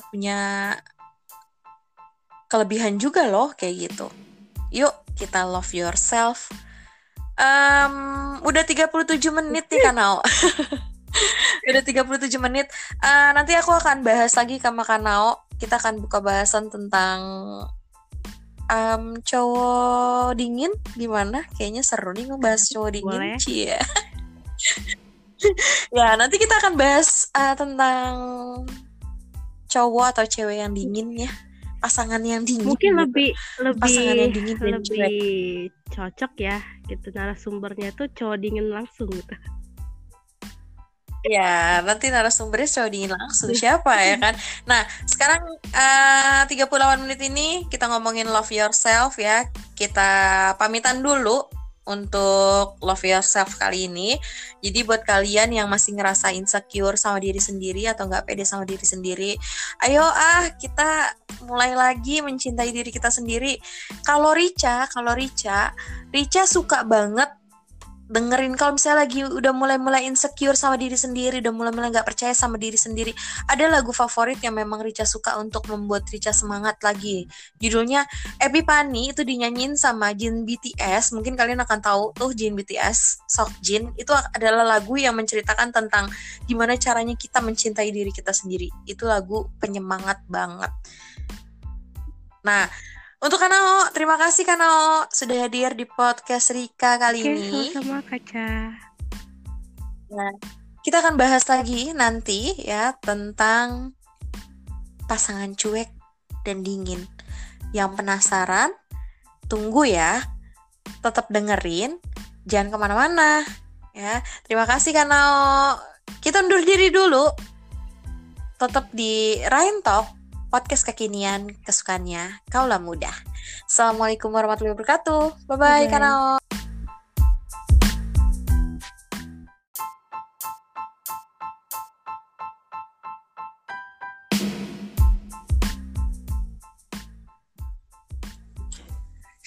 kelebihan juga loh kayak gitu. Yuk kita love yourself. Udah 37 menit nih Kanao. Udah 37 menit. Nanti aku akan bahas lagi sama Kanao. Kita akan buka bahasan tentang cowok dingin. Gimana? Kayaknya seru nih ngebahas cowok dingin. Cie. Ya nanti kita akan bahas tentang cowok atau cewek yang dingin ya. Pasangan yang dingin. Mungkin gitu. Pasangan yang dingin dan lebih cocok ya gitu, narasumbernya tuh cowok dingin langsung gitu. Ya, nanti narasumbernya cowok dingin langsung siapa ya kan. Nah, sekarang 38 menit ini kita ngomongin love yourself ya. Kita pamitan dulu untuk love yourself kali ini. Jadi buat kalian yang masih ngerasa insecure sama diri sendiri atau gak pede sama diri sendiri, ayo kita mulai lagi mencintai diri kita sendiri. Kalau Rica suka banget dengerin kalau misalnya lagi udah mulai insecure sama diri sendiri, udah mulai gak percaya sama diri sendiri, ada lagu favorit yang memang Rica suka untuk membuat Rica semangat lagi. Judulnya Epiphany, itu dinyanyiin sama Jin BTS. Mungkin kalian akan tahu tuh Jin BTS, Seokjin. Itu adalah lagu yang menceritakan tentang gimana caranya kita mencintai diri kita sendiri. Itu lagu penyemangat banget. Nah, untuk Kanao, terima kasih Kanao sudah hadir di podcast Rika kali ini. Sama-sama Kaca. Nah, kita akan bahas lagi nanti ya tentang pasangan cuek dan dingin. Yang penasaran, tunggu ya. Tetap dengerin, jangan kemana-mana ya. Terima kasih Kanao. Kita undur diri dulu. Tetap di Rentok, podcast kekinian kesukaannya Kaula Muda. Assalamualaikum warahmatullahi wabarakatuh. Bye-bye Kanao.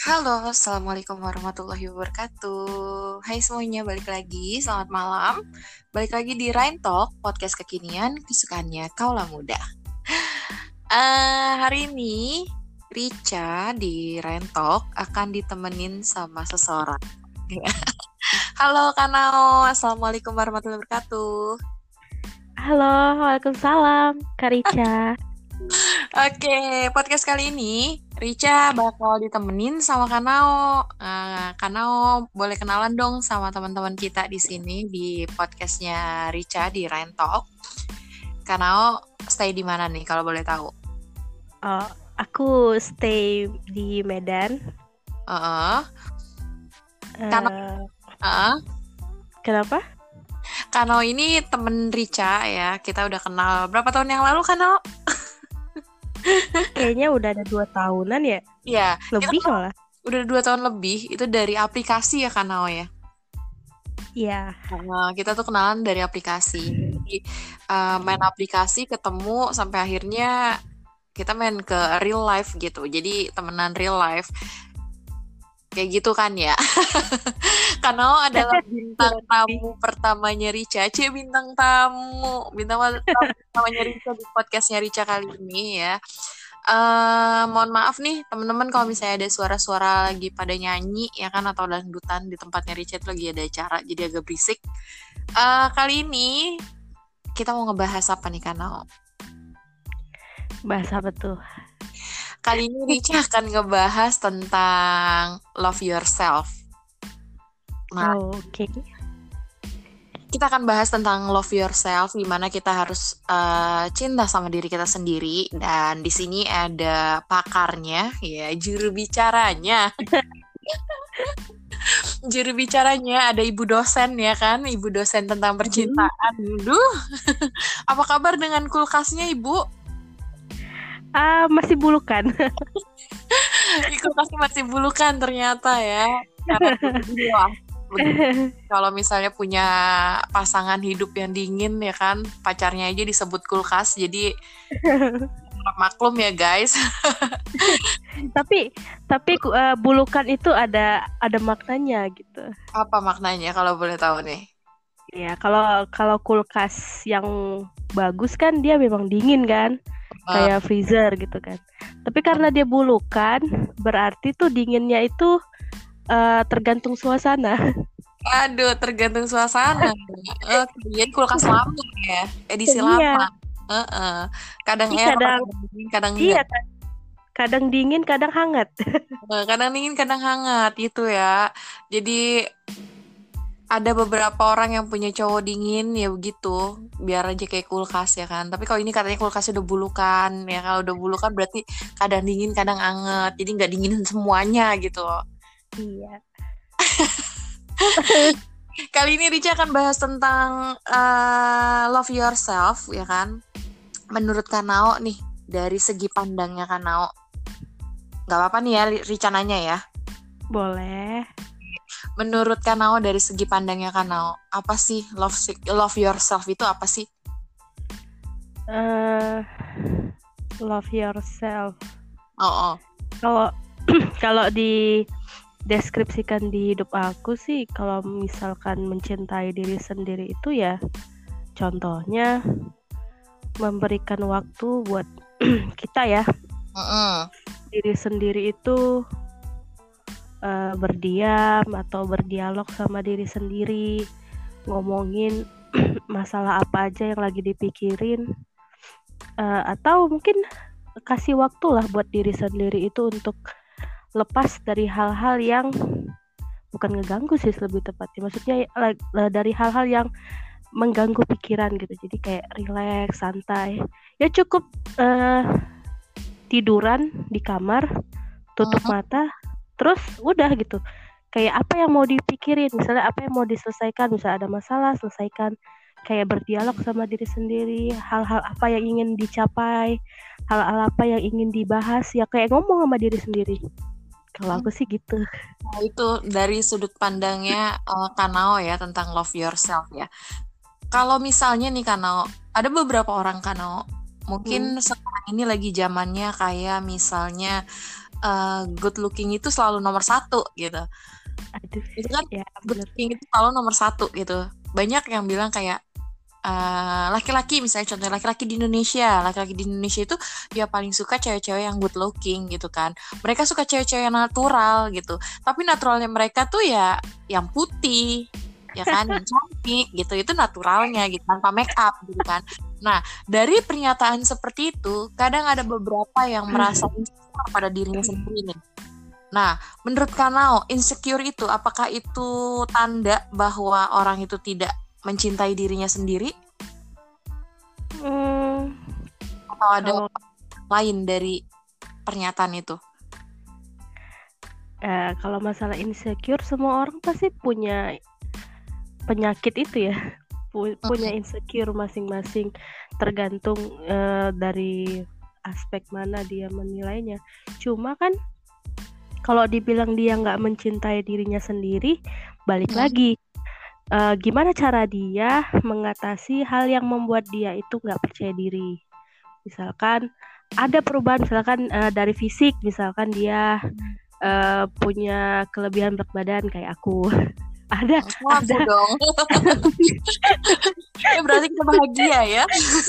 Halo, Assalamualaikum warahmatullahi wabarakatuh. Hai semuanya, balik lagi, selamat malam. Balik lagi di Rain Talk, podcast kekinian kesukaannya kaulah muda. Hari ini Rica di Rain Talk akan ditemenin sama seseorang. Halo Kanao, Assalamualaikum warahmatullahi wabarakatuh. Halo, waalaikumsalam, Kak Rica. Oke, podcast kali ini Rica bakal ditemenin sama Kanao. Kanao boleh kenalan dong sama teman-teman kita di sini di podcastnya Rica di Rain Talk. Kanao stay di mana nih kalau boleh tahu? Oh, aku stay di Medan. Kenapa? Kanao ini temen Rica ya. Kita udah kenal berapa tahun yang lalu Kanao? Kayaknya udah ada 2 tahunan ya? Iya. Lebih malah. Udah 2 tahun lebih. Itu dari aplikasi ya Kanao ya? Iya. Kita tuh kenalan dari aplikasi. Jadi main aplikasi ketemu sampai akhirnya kita main ke real life gitu. Jadi temenan real life. Kayak gitu kan ya. Kanao adalah bintang tamu pertamanya Rica. Bintang tamu pertamanya Rica di podcastnya Rica kali ini ya. Mohon maaf nih teman-teman kalau misalnya ada suara-suara lagi pada nyanyi ya kan, atau dangdutan di tempatnya Rica itu lagi ada acara jadi agak berisik. Kali ini kita mau ngebahas apa nih Kanao? Bahas apa tuh? Kali ini Rica akan ngebahas tentang love yourself. Nah, Oke. kita akan bahas tentang love yourself, gimana kita harus cinta sama diri kita sendiri. Dan di sini ada pakarnya, ya, juru bicaranya. Juru bicaranya ada ibu dosen ya kan, ibu dosen tentang percintaan. Duh, apa kabar dengan kulkasnya ibu? Masih bulukan. Kulkasnya masih bulukan ternyata ya. Karena kalau misalnya punya pasangan hidup yang dingin ya kan, pacarnya aja disebut kulkas, jadi maklum ya guys. tapi bulukan itu ada maknanya gitu. Apa maknanya kalau boleh tahu nih? Ya, kalau kulkas yang bagus kan dia memang dingin kan, kayak freezer gitu kan. Tapi karena dia bulukan, berarti tuh dinginnya itu tergantung suasana. Aduh, tergantung suasana. Jadi kulkas lama ya, edisi lama. Kadang kadang iya, kadang dingin, kadang hangat. Kadang dingin, kadang hangat gitu ya. Jadi ada beberapa orang yang punya cowok dingin ya begitu, biar aja kayak kulkas ya kan. Tapi kalau ini katanya kulkas udah bulukan ya, kalau udah bulukan berarti kadang dingin, kadang hangat. Jadi nggak dingin semuanya gitu. Iya. Kali ini Rica akan bahas tentang love yourself ya kan. Menurut Kanao nih, dari segi pandangnya Kanao, nggak apa-apa nih ya Rica nanya ya. Boleh. Menurut Kanao dari segi pandangnya Kanao, apa sih love yourself itu apa sih? Love yourself. Kalau kalau deskripsikan di hidup aku sih, kalau misalkan mencintai diri sendiri itu ya contohnya memberikan waktu buat kita ya. Diri sendiri itu berdiam atau berdialog sama diri sendiri, ngomongin masalah apa aja yang lagi dipikirin, atau mungkin kasih waktu lah buat diri sendiri itu untuk lepas dari hal-hal yang bukan ngeganggu sih lebih tepatnya, maksudnya dari hal-hal yang mengganggu pikiran gitu. Jadi kayak relax, santai, ya cukup tiduran di kamar, tutup mata, terus udah gitu. Kayak apa yang mau dipikirin, misalnya apa yang mau diselesaikan, misalnya ada masalah, selesaikan. Kayak berdialog sama diri sendiri, hal-hal apa yang ingin dicapai, hal-hal apa yang ingin dibahas, ya kayak ngomong sama diri sendiri. Kalau aku sih gitu. Nah, itu dari sudut pandangnya Kanao ya tentang love yourself ya. Kalau misalnya nih Kanao, ada beberapa orang Kanao, mungkin sekarang ini lagi zamannya kayak misalnya good looking itu selalu nomor satu gitu. Aduh, Itu kan ya good bener. looking itu selalu nomor satu gitu. Banyak yang bilang kayak laki-laki, misalnya contohnya laki-laki di Indonesia itu ya paling suka cewek-cewek yang good looking gitu kan. Mereka suka cewek-cewek yang natural gitu. Tapi naturalnya mereka tuh ya yang putih, ya kan, yang cantik gitu. Itu naturalnya gitu, tanpa make up gitu kan. Nah, dari pernyataan seperti itu, kadang ada beberapa yang merasa insecure pada dirinya sendiri nih. Nah, menurut Kanao, insecure itu apakah itu tanda bahwa orang itu tidak mencintai dirinya sendiri Hmm, atau ada kalau lain dari pernyataan itu? kalau masalah insecure, semua orang pasti punya penyakit itu ya, punya insecure masing-masing, tergantung dari aspek mana dia menilainya. Cuma kan kalau dibilang dia nggak mencintai dirinya sendiri, balik lagi gimana cara dia mengatasi hal yang membuat dia itu nggak percaya diri. Misalkan ada perubahan, misalkan dari fisik, misalkan dia punya kelebihan berat badan kayak aku. ada Aku dong. Ya berarti kita bahagia ya.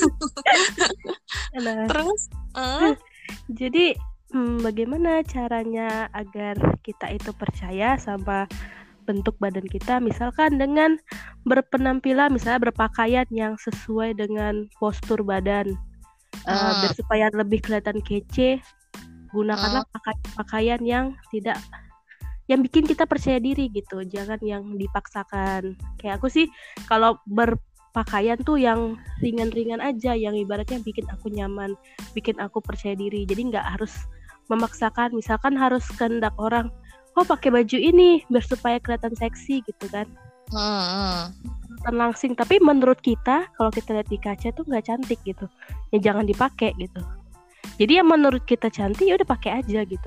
nah, Terus jadi bagaimana caranya agar kita itu percaya sama bentuk badan kita, misalkan dengan berpenampilan, misalnya berpakaian yang sesuai dengan postur badan, biar supaya lebih kelihatan kece, gunakanlah pakaian yang tidak, yang bikin kita percaya diri gitu, jangan yang dipaksakan. Kayak aku sih kalau berpakaian tuh yang ringan-ringan aja, yang ibaratnya bikin aku nyaman, bikin aku percaya diri. Jadi nggak harus memaksakan, misalkan harus kehendak orang, oh pakai baju ini biar supaya kelihatan seksi gitu kan, kelihatan langsing. Tapi menurut kita kalau kita lihat di kaca tuh nggak cantik gitu, ya jangan dipakai gitu. Jadi yang menurut kita cantik ya udah pakai aja gitu.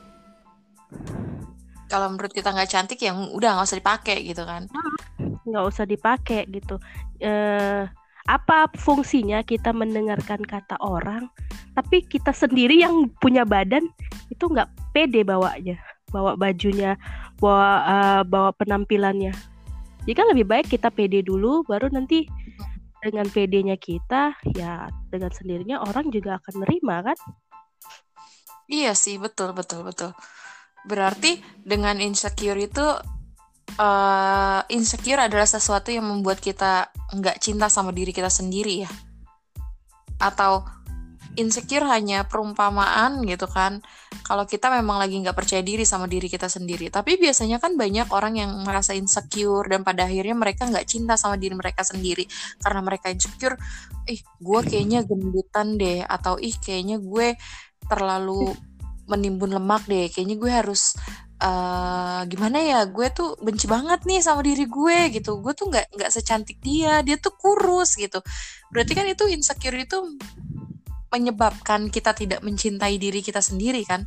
Kalau menurut kita nggak cantik ya udah nggak usah dipakai gitu kan? Nggak usah dipakai gitu. Apa fungsinya kita mendengarkan kata orang, tapi kita sendiri yang punya badan itu nggak pede bawanya, bawa bajunya, bawa penampilannya. Jadi kan lebih baik kita pede dulu, baru nanti dengan pedenya kita, ya dengan sendirinya orang juga akan nerima kan? Iya sih, betul. Berarti dengan insecure itu insecure adalah sesuatu yang membuat kita nggak cinta sama diri kita sendiri ya? Atau insecure hanya perumpamaan gitu kan, kalau kita memang lagi nggak percaya diri sama diri kita sendiri. Tapi biasanya kan banyak orang yang merasa insecure dan pada akhirnya mereka nggak cinta sama diri mereka sendiri karena mereka insecure, gue kayaknya gendutan deh, atau kayaknya gue terlalu menimbun lemak deh, kayaknya gue harus gimana ya, gue tuh benci banget nih sama diri gue gitu, gue tuh nggak secantik dia tuh kurus gitu. Berarti kan itu insecure itu menyebabkan kita tidak mencintai diri kita sendiri kan?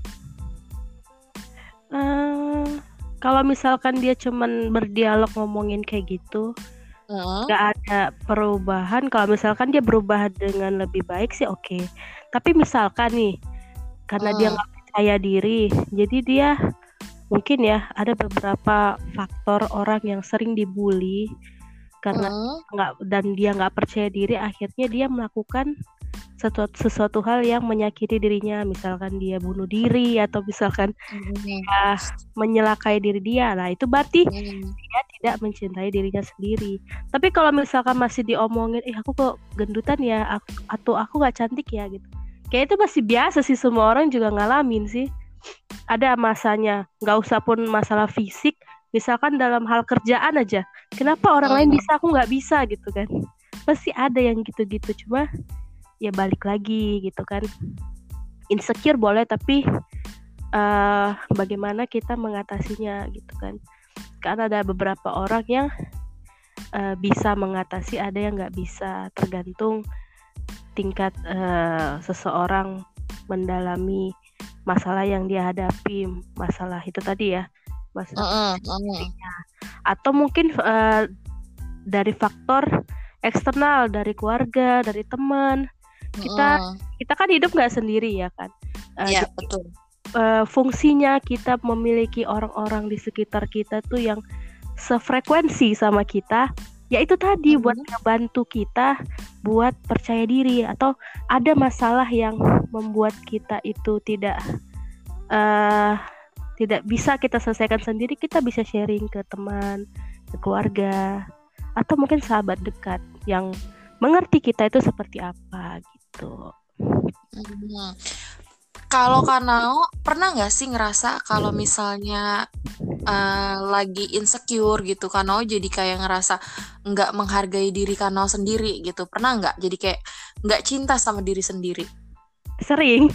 Kalau misalkan dia cuman berdialog ngomongin kayak gitu, nggak ada perubahan. Kalau misalkan dia berubah dengan lebih baik sih oke. Tapi misalkan nih, karena dia nggak percaya diri, jadi dia mungkin ya ada beberapa faktor orang yang sering dibully karena dan dia nggak percaya diri, akhirnya dia melakukan sesuatu hal yang menyakiti dirinya, misalkan dia bunuh diri atau misalkan dia menyelakai diri dia. Nah itu berarti dia tidak mencintai dirinya sendiri. Tapi kalau misalkan masih diomongin, aku kok gendutan ya, atau aku nggak cantik ya gitu, kayak itu masih biasa sih, semua orang juga ngalamin sih. Ada masanya, nggak usah pun masalah fisik, misalkan dalam hal kerjaan aja, kenapa orang lain bisa aku nggak bisa gitu kan, pasti ada yang gitu-gitu. Cuma ya balik lagi gitu kan, insecure boleh, tapi bagaimana kita mengatasinya gitu kan. Karena ada beberapa orang yang bisa mengatasi, ada yang nggak bisa, tergantung tingkat seseorang mendalami masalah yang dia hadapi, masalah itu tadi ya, masalah atau mungkin dari faktor eksternal, dari keluarga, dari teman. Kita kan hidup nggak sendiri ya kan. Iya betul. fungsinya kita memiliki orang-orang di sekitar kita tuh yang sefrekuensi sama kita, yaitu tadi buat ngebantu kita buat percaya diri, atau ada masalah yang membuat kita itu tidak bisa kita selesaikan sendiri, kita bisa sharing ke teman, ke keluarga, atau mungkin sahabat dekat yang mengerti kita itu seperti apa gitu. Kalau Kanao pernah nggak sih ngerasa kalau misalnya lagi insecure gitu, Kanao jadi kayak ngerasa nggak menghargai diri Kanao sendiri gitu, pernah nggak? Jadi kayak nggak cinta sama diri sendiri. Sering.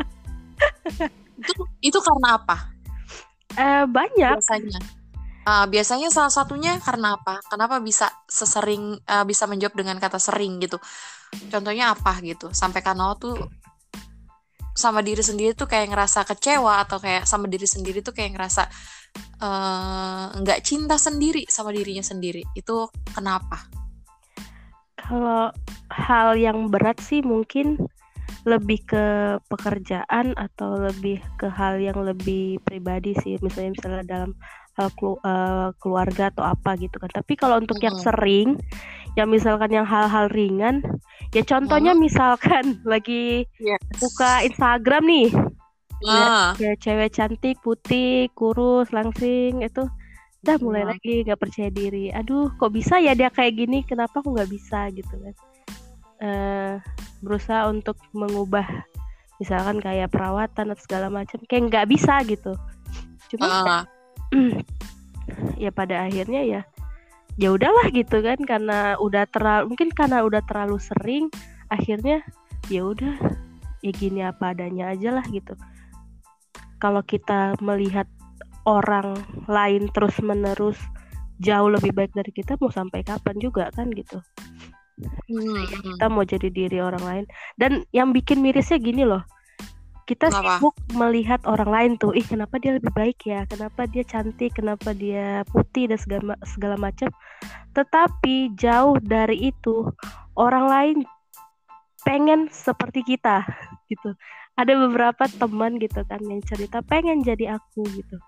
Itu karena apa? Banyak. Biasanya salah satunya karena apa? Kenapa bisa bisa menjawab dengan kata sering gitu? Contohnya apa gitu? Sampai Kanao tuh sama diri sendiri tuh kayak ngerasa kecewa, atau kayak sama diri sendiri tuh kayak ngerasa nggak cinta sendiri sama dirinya sendiri. Itu kenapa? Kalau hal yang berat sih mungkin lebih ke pekerjaan atau lebih ke hal yang lebih pribadi sih, misalnya dalam hal keluarga atau apa gitu kan. Tapi kalau untuk yang sering, yang misalkan yang hal-hal ringan, ya contohnya misalkan lagi buka Instagram nih, ya cewek cantik, putih, kurus, langsing, itu udah mulai lagi nggak percaya diri. Aduh, kok bisa ya dia kayak gini? Kenapa aku nggak bisa gitu kan? Berusaha untuk mengubah, misalkan kayak perawatan atau segala macam, kayak nggak bisa gitu. Cuma ya pada akhirnya ya udahlah gitu kan, karena udah terlalu sering, akhirnya ya udah, ya gini apa adanya aja lah gitu. Kalau kita melihat orang lain terus menerus jauh lebih baik dari kita, mau sampai kapan juga kan gitu. Kita mau jadi diri orang lain. Dan yang bikin mirisnya gini loh, kita sibuk melihat orang lain tuh, kenapa dia lebih baik ya, kenapa dia cantik, kenapa dia putih dan segala macam. Tetapi jauh dari itu, orang lain pengen seperti kita gitu. Ada beberapa teman gitu kan yang cerita pengen jadi aku gitu.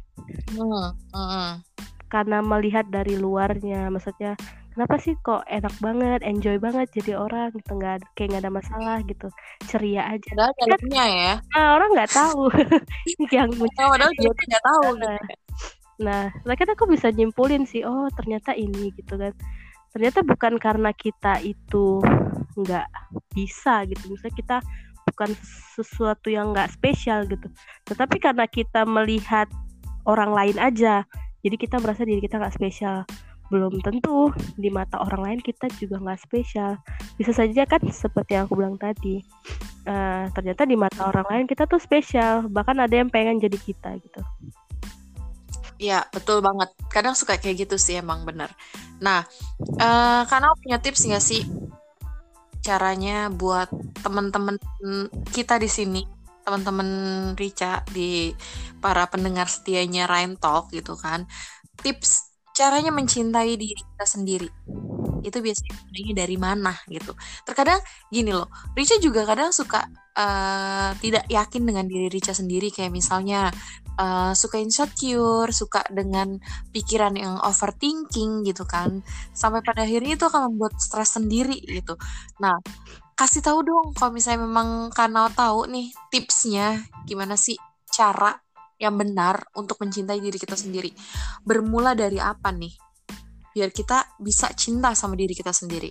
Karena melihat dari luarnya, maksudnya kenapa sih kok enak banget, enjoy banget jadi orang gitu, kayak nggak ada masalah gitu, ceria aja. Dalamnya ya. Orang nggak tahu yang padahal dia nggak tahu gitu. Nah, kan aku bisa nyimpulin sih, oh ternyata ini gitu kan. Ternyata bukan karena kita itu nggak bisa gitu, misalnya kita bukan sesuatu yang nggak spesial gitu, tetapi karena kita melihat orang lain aja, jadi kita merasa diri kita nggak spesial. Belum tentu di mata orang lain kita juga nggak spesial. Bisa saja kan seperti yang aku bilang tadi, ternyata di mata orang lain kita tuh spesial, bahkan ada yang pengen jadi kita gitu. Iya, betul banget. Kadang suka kayak gitu sih, emang bener. Nah, Kanao punya tips nggak sih caranya buat teman-teman kita di sini, teman-teman Rica, di para pendengar setianya Rain Talk gitu kan, tips caranya mencintai diri kita sendiri itu biasanya dari mana gitu. Terkadang gini loh, Rica juga kadang suka tidak yakin dengan diri Rica sendiri, kayak misalnya suka insecure, suka dengan pikiran yang overthinking gitu kan, sampai pada akhirnya itu akan membuat stres sendiri gitu. Nah, kasih tahu dong kalau misalnya memang Kanao tahu nih tipsnya gimana sih cara yang benar untuk mencintai diri kita sendiri. Bermula dari apa nih? Biar kita bisa cinta sama diri kita sendiri.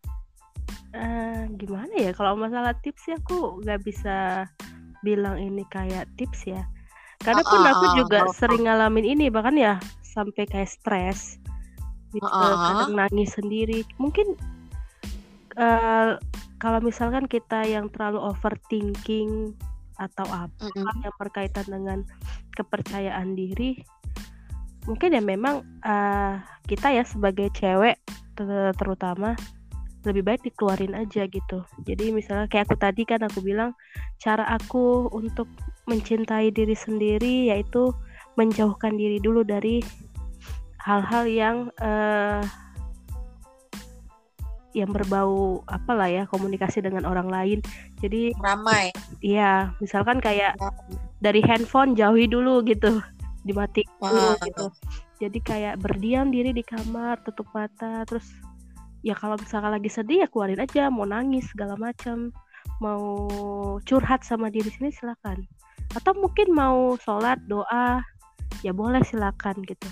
Gimana ya, kalau masalah tips sih aku nggak bisa bilang ini kayak tips ya. Karena pun aku juga sering ngalamin ini, bahkan ya sampai kayak stres gitu, kadang nangis sendiri. Mungkin kalau misalkan kita yang terlalu overthinking atau apa yang berkaitan dengan kepercayaan diri, mungkin ya memang kita ya sebagai cewek terutama lebih baik dikeluarin aja gitu. Jadi misalnya kayak aku tadi kan aku bilang, cara aku untuk mencintai diri sendiri yaitu menjauhkan diri dulu dari hal-hal yang berbau apalah ya, komunikasi dengan orang lain. Jadi ramai. Iya, misalkan kayak dari handphone jauhi dulu gitu, dimatiin dulu Wah. gitu. Jadi kayak berdiam diri di kamar, tutup mata, terus ya kalau misalkan lagi sedih ya keluarin aja, mau nangis segala macam, mau curhat sama diri sendiri silakan. Atau mungkin mau sholat doa ya boleh silakan gitu.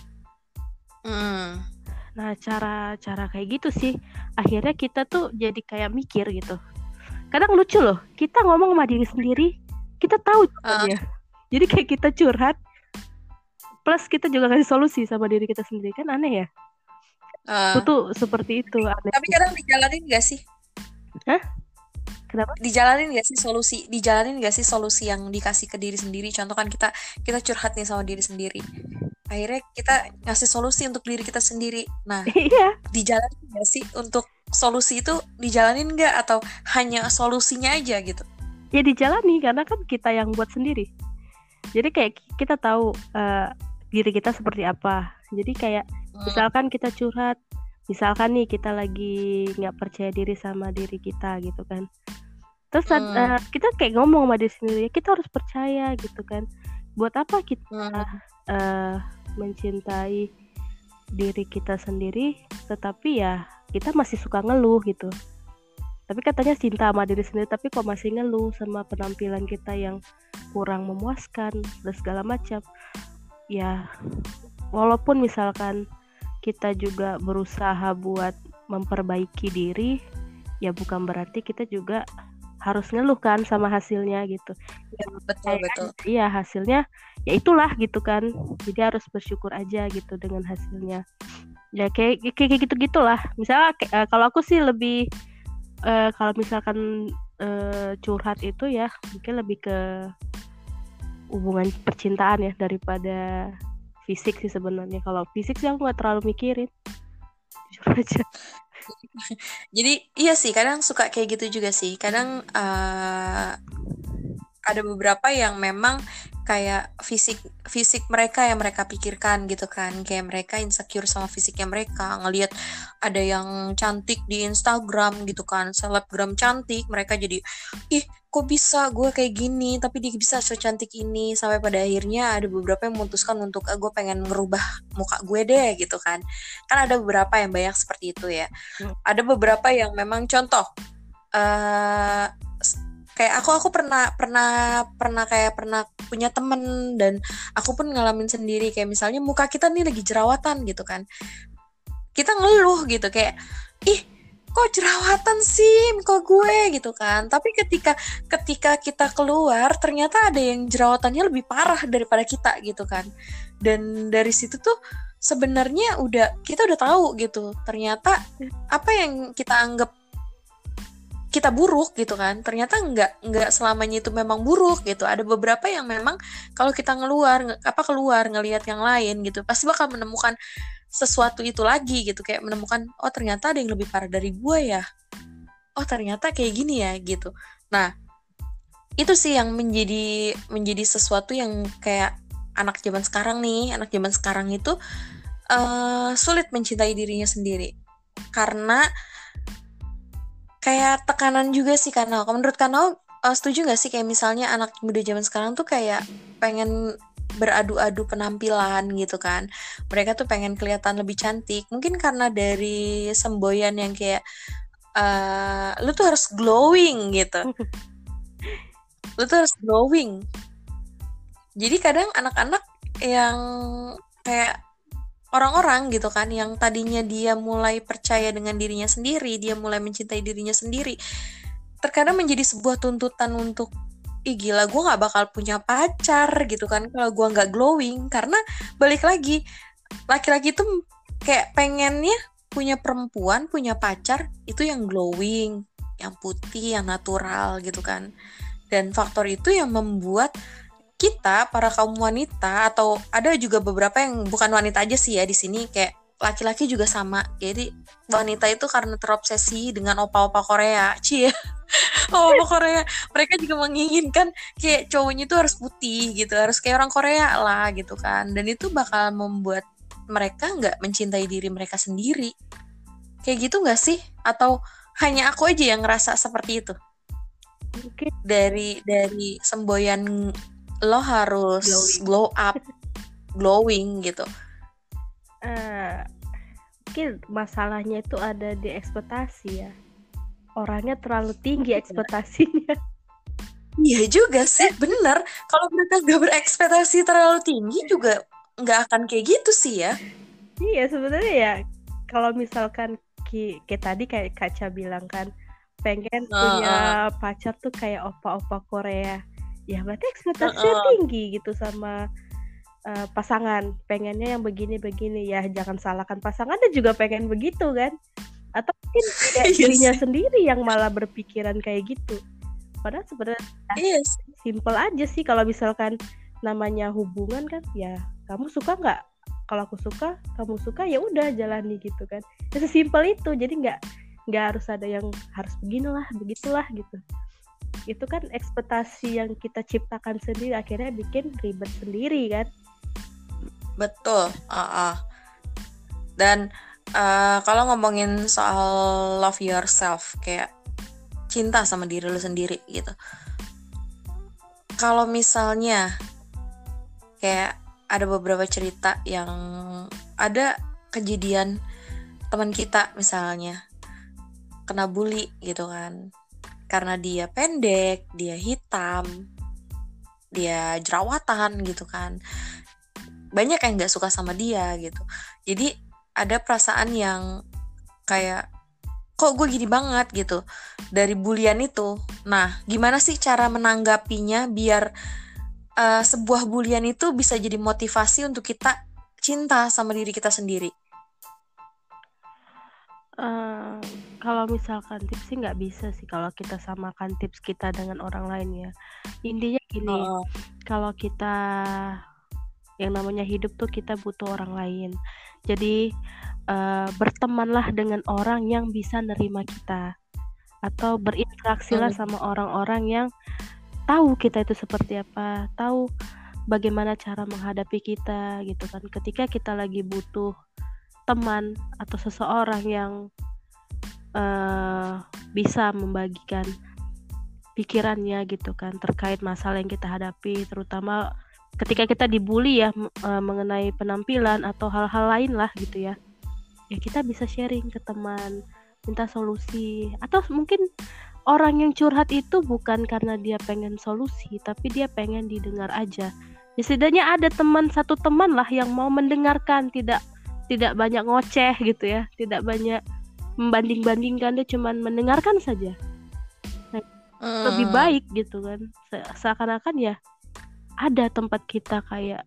Nah cara kayak gitu sih akhirnya kita tuh jadi kayak mikir gitu. Kadang lucu loh, kita ngomong sama diri sendiri, kita tahu jawabannya. Jadi kayak kita curhat, plus kita juga kasih solusi sama diri kita sendiri, kan aneh ya? Aku tuh seperti itu, aneh. Tapi kadang dijalanin gak sih? Hah? Kenapa? Dijalanin gak sih solusi? Dijalanin gak sih solusi yang dikasih ke diri sendiri? Contoh kan kita curhat nih sama diri sendiri. Akhirnya kita ngasih solusi untuk diri kita sendiri. Nah, Iya. dijalanin gak sih untuk solusi itu dijalanin gak? Atau hanya solusinya aja gitu? Ya dijalani, karena kan kita yang buat sendiri. Jadi kayak kita tahu diri kita seperti apa. Jadi kayak misalkan kita curhat, misalkan nih kita lagi nggak percaya diri sama diri kita gitu kan. Terus kita kayak ngomong sama diri sendiri, kita harus percaya gitu kan. Buat apa kita mencintai diri kita sendiri, tetapi ya kita masih suka ngeluh gitu. Tapi katanya cinta sama diri sendiri, tapi kok masih ngeluh sama penampilan kita yang kurang memuaskan dan segala macam. Ya, walaupun misalkan kita juga berusaha buat memperbaiki diri, ya bukan berarti kita juga harus ngeluh kan sama hasilnya gitu. Ya, betul. Iya, hasilnya ya itulah gitu kan. Jadi harus bersyukur aja gitu dengan hasilnya. Ya kayak gitu-gitulah. Misalnya kalau aku sih lebih kalau misalkan curhat itu ya mungkin lebih ke hubungan percintaan ya daripada fisik sih sebenarnya. Kalau fisik sih aku nggak terlalu mikirin, jujur aja. Jadi iya sih kadang suka kayak gitu juga sih. Kadang ada beberapa yang memang kayak fisik mereka yang mereka pikirkan gitu kan, kayak mereka insecure sama fisiknya mereka, ngelihat ada yang cantik di Instagram gitu kan, selebgram cantik, mereka jadi ih kok bisa gue kayak gini tapi dia bisa secantik ini, sampai pada akhirnya ada beberapa yang memutuskan untuk gue pengen ngerubah muka gue deh gitu kan ada beberapa yang banyak seperti itu ya. Ada beberapa yang memang contoh kayak aku pernah punya temen dan aku pun ngalamin sendiri, kayak misalnya muka kita nih lagi jerawatan gitu kan, kita ngeluh gitu kayak ih kok jerawatan sih muka gue gitu kan, tapi ketika kita keluar ternyata ada yang jerawatannya lebih parah daripada kita gitu kan, dan dari situ tuh sebenarnya kita udah tahu gitu, ternyata apa yang kita anggap kita buruk gitu kan, ternyata nggak selamanya itu memang buruk gitu. Ada beberapa yang memang kalau kita keluar ngelihat yang lain gitu pasti bakal menemukan sesuatu itu lagi gitu, kayak menemukan oh ternyata ada yang lebih parah dari gue ya, oh ternyata kayak gini ya gitu. Nah itu sih yang menjadi sesuatu yang kayak anak zaman sekarang itu sulit mencintai dirinya sendiri karena kayak tekanan juga sih. Karena menurut Kano setuju gak sih kayak misalnya anak muda zaman sekarang tuh kayak pengen beradu-adu penampilan gitu kan, mereka tuh pengen kelihatan lebih cantik, mungkin karena dari semboyan yang kayak lu tuh harus glowing gitu jadi kadang anak-anak yang kayak orang-orang gitu kan yang tadinya dia mulai percaya dengan dirinya sendiri, dia mulai mencintai dirinya sendiri, terkadang menjadi sebuah tuntutan untuk ih gila gue gak bakal punya pacar gitu kan kalau gue gak glowing. Karena balik lagi laki-laki tuh kayak pengennya punya perempuan, punya pacar itu yang glowing, yang putih, yang natural gitu kan. Dan faktor itu yang membuat kita para kaum wanita, atau ada juga beberapa yang bukan wanita aja sih ya di sini, kayak laki-laki juga sama. Jadi wanita itu karena terobsesi dengan opa-opa Korea, opa Korea, mereka juga menginginkan kayak cowoknya itu harus putih gitu, harus kayak orang Korea lah gitu kan. Dan itu bakal membuat mereka nggak mencintai diri mereka sendiri. Kayak gitu nggak sih? Atau hanya aku aja yang ngerasa seperti itu? Mungkin Dari semboyan lo harus glowing. glow up, glowing gitu. Eh, Mungkin masalahnya itu ada di ekspektasi ya. Orangnya terlalu tinggi ekspektasinya. Iya juga sih, bener. Kalau mereka gak berekspektasi terlalu tinggi juga nggak akan kayak gitu sih ya. Iya sebenarnya ya, kalau misalkan kayak tadi kayak Kaca bilang kan, pengen punya Heeh, pacar tuh kayak opa-opa Korea. Ya berarti ekspektasinya heeh. tinggi gitu sama pasangan. Pengennya yang begini-begini, ya jangan salahkan pasangannya juga pengen begitu kan. Atau mungkin Iya dirinya sih, sendiri yang malah berpikiran kayak gitu. Padahal sebenarnya iya sih. simple aja sih kalau misalkan namanya hubungan kan, ya kamu suka nggak, kalau aku suka kamu suka, ya udah jalani gitu kan, ya sesimpel itu. Jadi nggak harus ada yang harus beginilah begitulah gitu. Itu kan ekspektasi yang kita ciptakan sendiri, akhirnya bikin ribet sendiri kan. Betul. Dan kalau ngomongin soal love yourself, kayak cinta sama diri lu sendiri gitu. Kalau misalnya kayak ada beberapa cerita yang ada kejadian teman kita misalnya kena bully gitu kan. Karena dia pendek, dia hitam, dia jerawatan gitu kan. Banyak yang gak suka sama dia gitu. Jadi ada perasaan yang kayak kok gue gini banget gitu dari bulian itu. Nah, gimana sih cara menanggapinya biar sebuah bulian itu bisa jadi motivasi untuk kita cinta sama diri kita sendiri? Eh, Kalau misalkan tips sih nggak bisa sih kalau kita samakan tips kita dengan orang lain ya. Intinya gini, Oh, kalau kita yang namanya hidup tuh kita butuh orang lain. Jadi bertemanlah dengan orang yang bisa nerima kita, atau berinteraksilah mm, sama orang-orang yang tahu kita itu seperti apa, tahu bagaimana cara menghadapi kita gitu kan. Ketika kita lagi butuh teman atau seseorang yang bisa membagikan pikirannya gitu kan terkait masalah yang kita hadapi, terutama ketika kita dibully ya, mengenai penampilan atau hal-hal lain lah gitu ya. Ya kita bisa sharing ke teman, minta solusi, atau mungkin orang yang curhat itu bukan karena dia pengen solusi, tapi dia pengen didengar aja. Ya, setidaknya ada teman, satu teman lah yang mau mendengarkan, tidak tidak banyak ngoceh gitu ya, tidak banyak membanding-bandingkan, dia cuman mendengarkan saja. Nah, lebih mm, baik gitu kan. Seakan-akan ya ada tempat kita kayak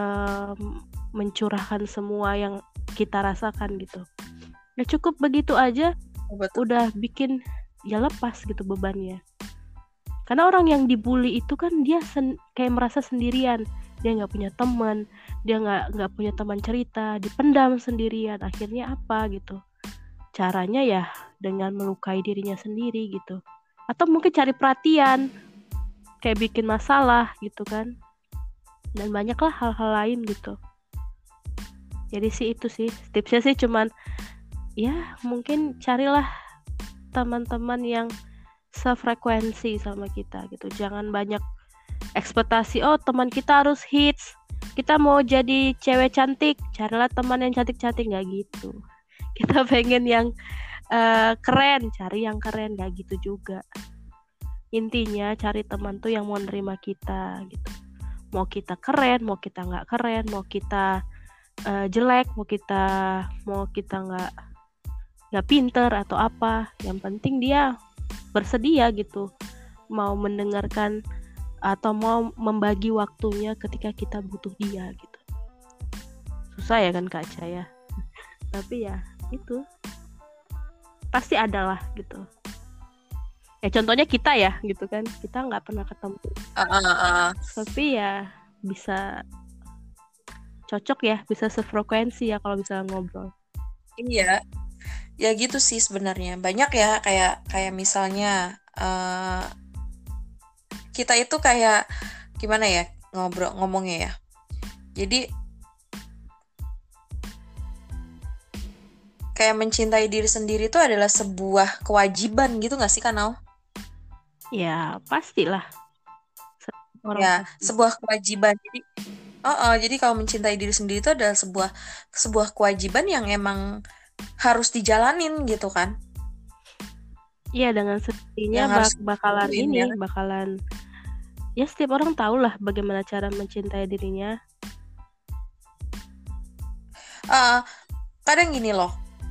mencurahkan semua yang kita rasakan gitu. Ya cukup begitu aja betul. udah bikin ya lepas gitu bebannya. Karena orang yang dibully itu kan dia kayak merasa sendirian, dia nggak punya teman, dia nggak punya teman cerita, dipendam sendirian. Akhirnya apa gitu? Caranya ya dengan melukai dirinya sendiri gitu. Atau mungkin cari perhatian, kayak bikin masalah gitu kan. Dan banyaklah hal-hal lain gitu. Jadi sih itu sih tipsnya sih, cuman ya mungkin carilah teman-teman yang sefrekuensi sama kita gitu. Jangan banyak ekspektasi, oh teman kita harus hits, kita mau jadi cewek cantik, carilah teman yang cantik-cantik, nggak gitu. Kita pengen yang keren, cari yang keren, nggak gitu juga. Intinya cari teman tuh yang mau nerima kita gitu. Mau kita keren, mau kita nggak keren, mau kita jelek, mau kita nggak pinter atau apa, yang penting dia bersedia gitu mau mendengarkan atau mau membagi waktunya ketika kita butuh dia gitu. Susah ya kan Kak Caya, tapi ya itu pasti ada lah gitu. Ya contohnya kita ya gitu kan, kita nggak pernah ketemu Uh, uh, uh. tapi ya bisa cocok ya, bisa sefrekuensi ya kalau bisa ngobrol. Iya, ya gitu sih sebenarnya. Banyak ya kayak kayak misalnya kita itu kayak gimana ya ngomongnya ya. Jadi kayak mencintai diri sendiri itu adalah sebuah kewajiban gitu nggak sih Kanal? Ya pastilah. orang Ya, pasti. sebuah kewajiban. Jadi kalau mencintai diri sendiri itu adalah sebuah sebuah kewajiban yang emang harus dijalanin gitu kan, Iya, dengan sendirinya yang harus bakalan dilakuin ini, ya kan. bakalan ya setiap orang tahu lah bagaimana cara mencintai dirinya. Eh, Kadang gini loh,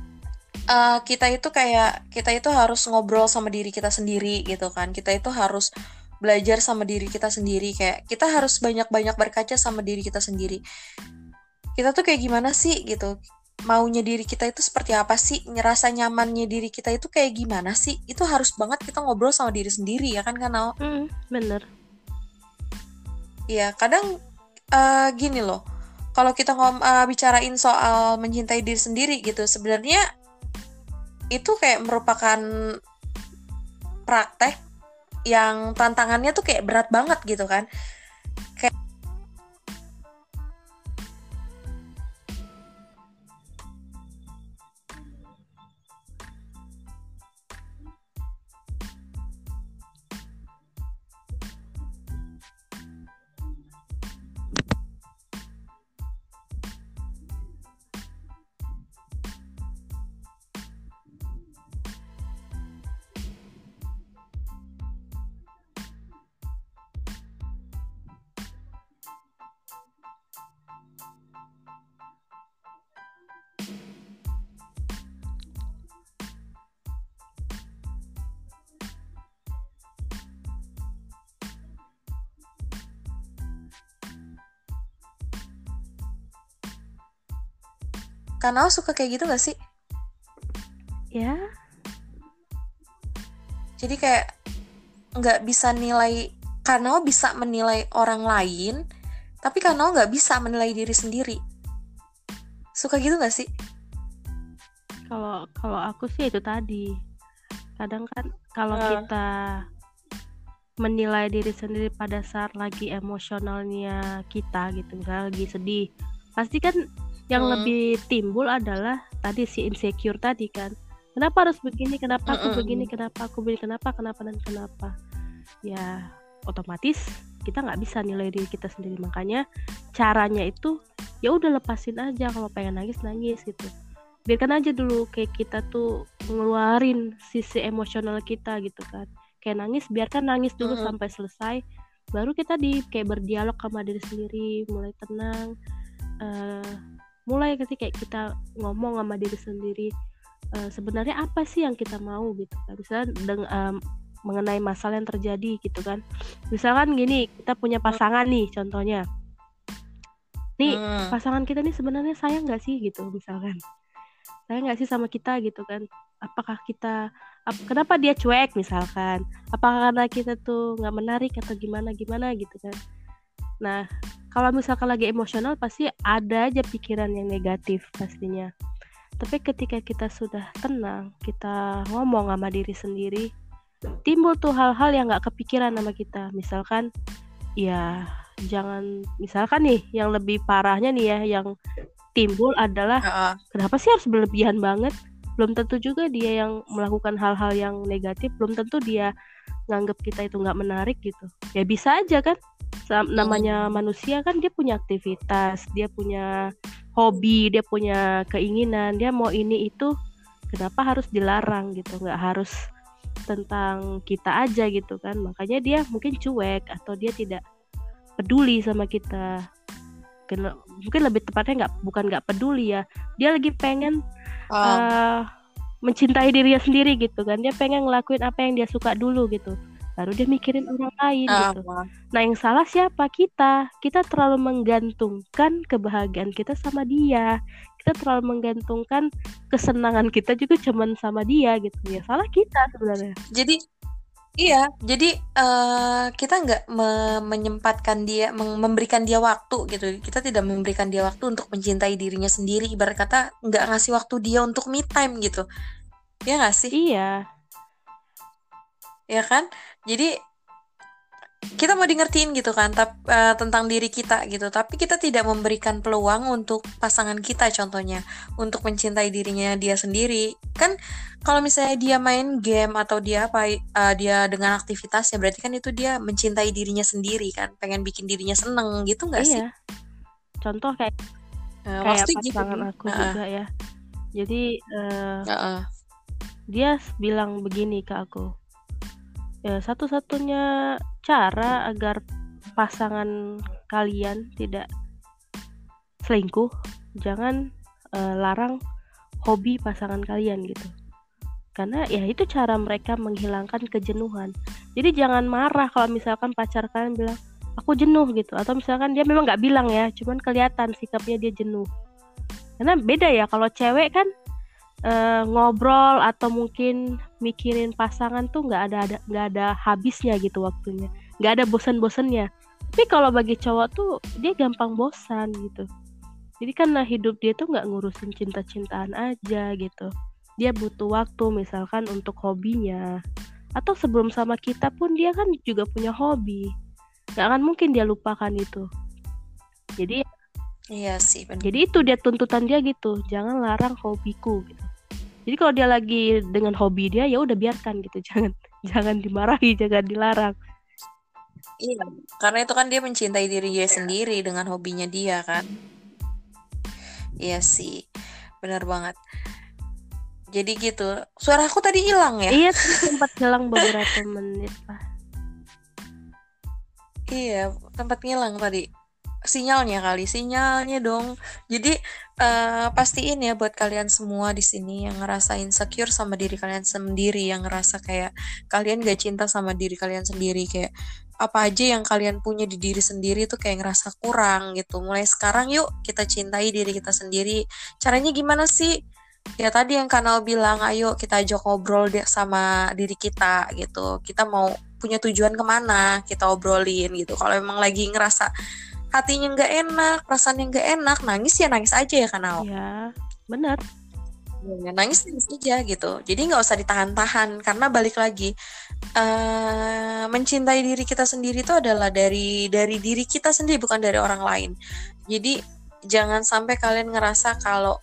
kita itu harus ngobrol sama diri kita sendiri gitu kan. Kita itu harus belajar sama diri kita sendiri, kayak kita harus banyak-banyak berkaca sama diri kita sendiri. Kita tuh kayak gimana sih gitu, maunya diri kita itu seperti apa sih, ngerasa nyamannya diri kita itu kayak gimana sih, itu harus banget kita ngobrol sama diri sendiri ya kan Kanal. Bener. Iya kadang gini loh, kalau kita bicarain soal mencintai diri sendiri gitu, sebenarnya itu kayak merupakan praktek yang tantangannya tuh kayak berat banget gitu kan. Kayak Kanal suka kayak gitu gak sih? Ya, Jadi kayak nggak bisa nilai, Kanal bisa menilai orang lain, tapi Kanal nggak bisa menilai diri sendiri. Suka gitu gak sih? kalau kalau aku sih itu tadi. Kadang kan kalau Nah, kita menilai diri sendiri pada saat lagi emosionalnya kita gitu, misalnya lagi sedih, pasti kan yang mm, lebih timbul adalah tadi si insecure tadi kan. Kenapa harus begini? mm, Kenapa aku mm, begini? mm. Kenapa aku begini? Kenapa dan kenapa? Ya otomatis kita nggak bisa nilai diri kita sendiri. Makanya caranya itu ya udah lepasin aja, kalau pengen nangis nangis gitu. Biarkan aja dulu kayak kita tuh ngeluarin sisi emosional kita gitu kan. Kayak nangis, biarkan nangis dulu Mm, sampai selesai. Baru kita kayak berdialog sama diri sendiri, mulai tenang. eh Mulai kayak kita ngomong sama diri sendiri, sebenarnya apa sih yang kita mau gitu kan. Misalnya mengenai masalah yang terjadi gitu kan. Misalkan gini, kita punya pasangan nih contohnya. Nih, mm. pasangan kita nih sebenarnya sayang gak sih gitu misalkan. Sayang gak sih sama kita gitu kan. Apakah kita, kenapa dia cuek misalkan. Apakah karena kita tuh gak menarik atau gimana-gimana gitu kan. Nah, kalau misalkan lagi emosional pasti ada aja pikiran yang negatif pastinya. Tapi ketika kita sudah tenang, kita ngomong sama diri sendiri, timbul tuh hal-hal yang gak kepikiran sama kita. Misalkan, ya jangan, misalkan nih yang lebih parahnya nih ya, yang timbul adalah Heeh. kenapa sih harus berlebihan banget? Belum tentu juga dia yang melakukan hal-hal yang negatif, belum tentu dia nganggap kita itu nggak menarik gitu. Ya bisa aja kan, namanya Mm. manusia kan dia punya aktivitas, dia punya hobi, dia punya keinginan, dia mau ini itu, kenapa harus dilarang gitu? Nggak harus tentang kita aja gitu kan. Makanya dia mungkin cuek atau dia tidak peduli sama kita. Mungkin lebih tepatnya bukan nggak peduli ya, dia lagi pengen Ah, uh, mencintai dirinya sendiri gitu kan, dia pengen ngelakuin apa yang dia suka dulu gitu, baru dia mikirin orang lain ah, gitu. ah. Nah yang salah siapa? Kita terlalu menggantungkan kebahagiaan kita sama dia, kita terlalu menggantungkan kesenangan kita juga cuman sama dia gitu. Ya salah kita sebenarnya. Jadi iya, jadi kita nggak menyempatkan dia, memberikan dia waktu gitu. Kita tidak memberikan dia waktu untuk mencintai dirinya sendiri. Ibarat kata nggak ngasih waktu dia untuk me time gitu. Ya nggak sih? Iya. Ya kan? Jadi kita mau di ngertiin gitu kan, tentang diri kita gitu, tapi kita tidak memberikan peluang untuk pasangan kita contohnya untuk mencintai dirinya dia sendiri. Kan kalau misalnya dia main game atau dia dia dengan aktivitasnya, berarti kan itu dia mencintai dirinya sendiri kan, pengen bikin dirinya seneng gitu nggak sih? Iya, contoh kayak Maksudnya gitu pasangan nih. aku juga ya. Jadi Heeh. dia bilang begini ke aku, ya satu-satunya cara agar pasangan kalian tidak selingkuh, jangan larang hobi pasangan kalian gitu. Karena ya itu cara mereka menghilangkan kejenuhan. Jadi jangan marah kalau misalkan pacar kalian bilang aku jenuh gitu, atau misalkan dia memang nggak bilang ya, cuman kelihatan sikapnya dia jenuh. Karena beda ya kalau cewek kan ngobrol atau mungkin mikirin pasangan tuh nggak ada habisnya gitu waktunya, nggak ada bosan-bosannya. Tapi kalau bagi cowok tuh dia gampang bosan gitu. Jadi karena hidup dia tuh nggak ngurusin cinta-cintaan aja gitu. Dia butuh waktu misalkan untuk hobinya. Atau sebelum sama kita pun dia kan juga punya hobi. Gak akan mungkin dia lupakan itu. Jadi Iya sih, benar. jadi itu dia tuntutan dia gitu. Jangan larang hobiku gitu. Jadi kalau dia lagi dengan hobi dia ya udah biarkan gitu. Jangan dimarahi, jangan dilarang. Iya, karena itu kan dia mencintai diri dia sendiri dengan hobinya dia kan. Iya sih, benar banget. Jadi gitu. Suara aku tadi hilang ya? Iya, sempat hilang beberapa menit lah. Iya, tempat ngilang tadi. Sinyalnya dong. Jadi pastiin ya buat kalian semua di sini yang ngerasa insecure sama diri kalian sendiri, yang ngerasa kayak kalian gak cinta sama diri kalian sendiri, kayak apa aja yang kalian punya di diri sendiri tuh kayak ngerasa kurang gitu. Mulai sekarang yuk kita cintai diri kita sendiri. Caranya gimana sih? Ya tadi yang Kanal bilang, ayo kita ajak ngobrol sama diri kita gitu. Kita mau punya tujuan kemana, kita obrolin gitu. Kalau emang lagi ngerasa hatinya nggak enak, perasaannya nggak enak, nangis ya nangis aja ya Kanal. Ya, benar. Ya, nangis aja gitu. Jadi nggak usah ditahan-tahan, karena balik lagi mencintai diri kita sendiri itu adalah dari diri kita sendiri, bukan dari orang lain. Jadi jangan sampai kalian ngerasa kalau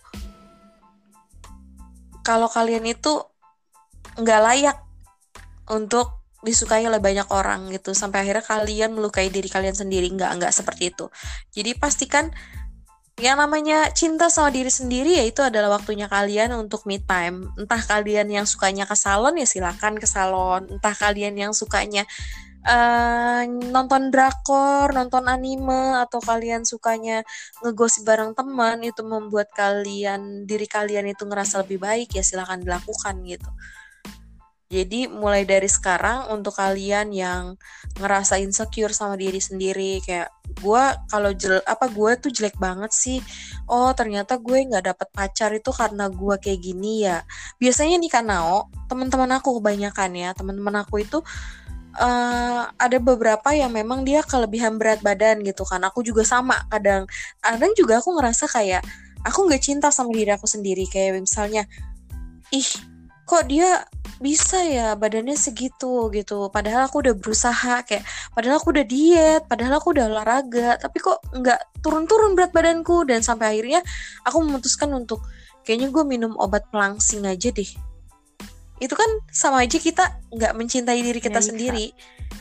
kalian itu nggak layak untuk disukai oleh banyak orang gitu, sampai akhirnya kalian melukai diri kalian sendiri. Nggak seperti itu. Jadi pastikan yang namanya cinta sama diri sendiri ya itu adalah waktunya kalian untuk me time. Entah kalian yang sukanya ke salon ya silakan ke salon. Entah kalian yang sukanya nonton drakor, nonton anime, atau kalian sukanya ngegosip bareng teman, itu membuat diri kalian itu ngerasa lebih baik, ya silakan dilakukan gitu. Jadi mulai dari sekarang untuk kalian yang ngerasa insecure sama diri sendiri, kayak gue tuh jelek banget sih. Oh ternyata gue nggak dapet pacar itu karena gue kayak gini ya. Biasanya nih kan Nao, teman-teman aku kebanyakan ya, teman-teman aku itu ada beberapa yang memang dia kelebihan berat badan gitu kan. Aku juga sama, kadang juga aku ngerasa kayak aku nggak cinta sama diri aku sendiri. Kayak misalnya, ih kok dia bisa ya badannya segitu gitu, padahal aku udah berusaha, padahal aku udah diet, padahal aku udah olahraga, tapi kok nggak turun-turun berat badanku. Dan sampai akhirnya aku memutuskan untuk kayaknya gue minum obat pelangsing aja deh. Itu kan sama aja kita nggak mencintai diri kita sendiri.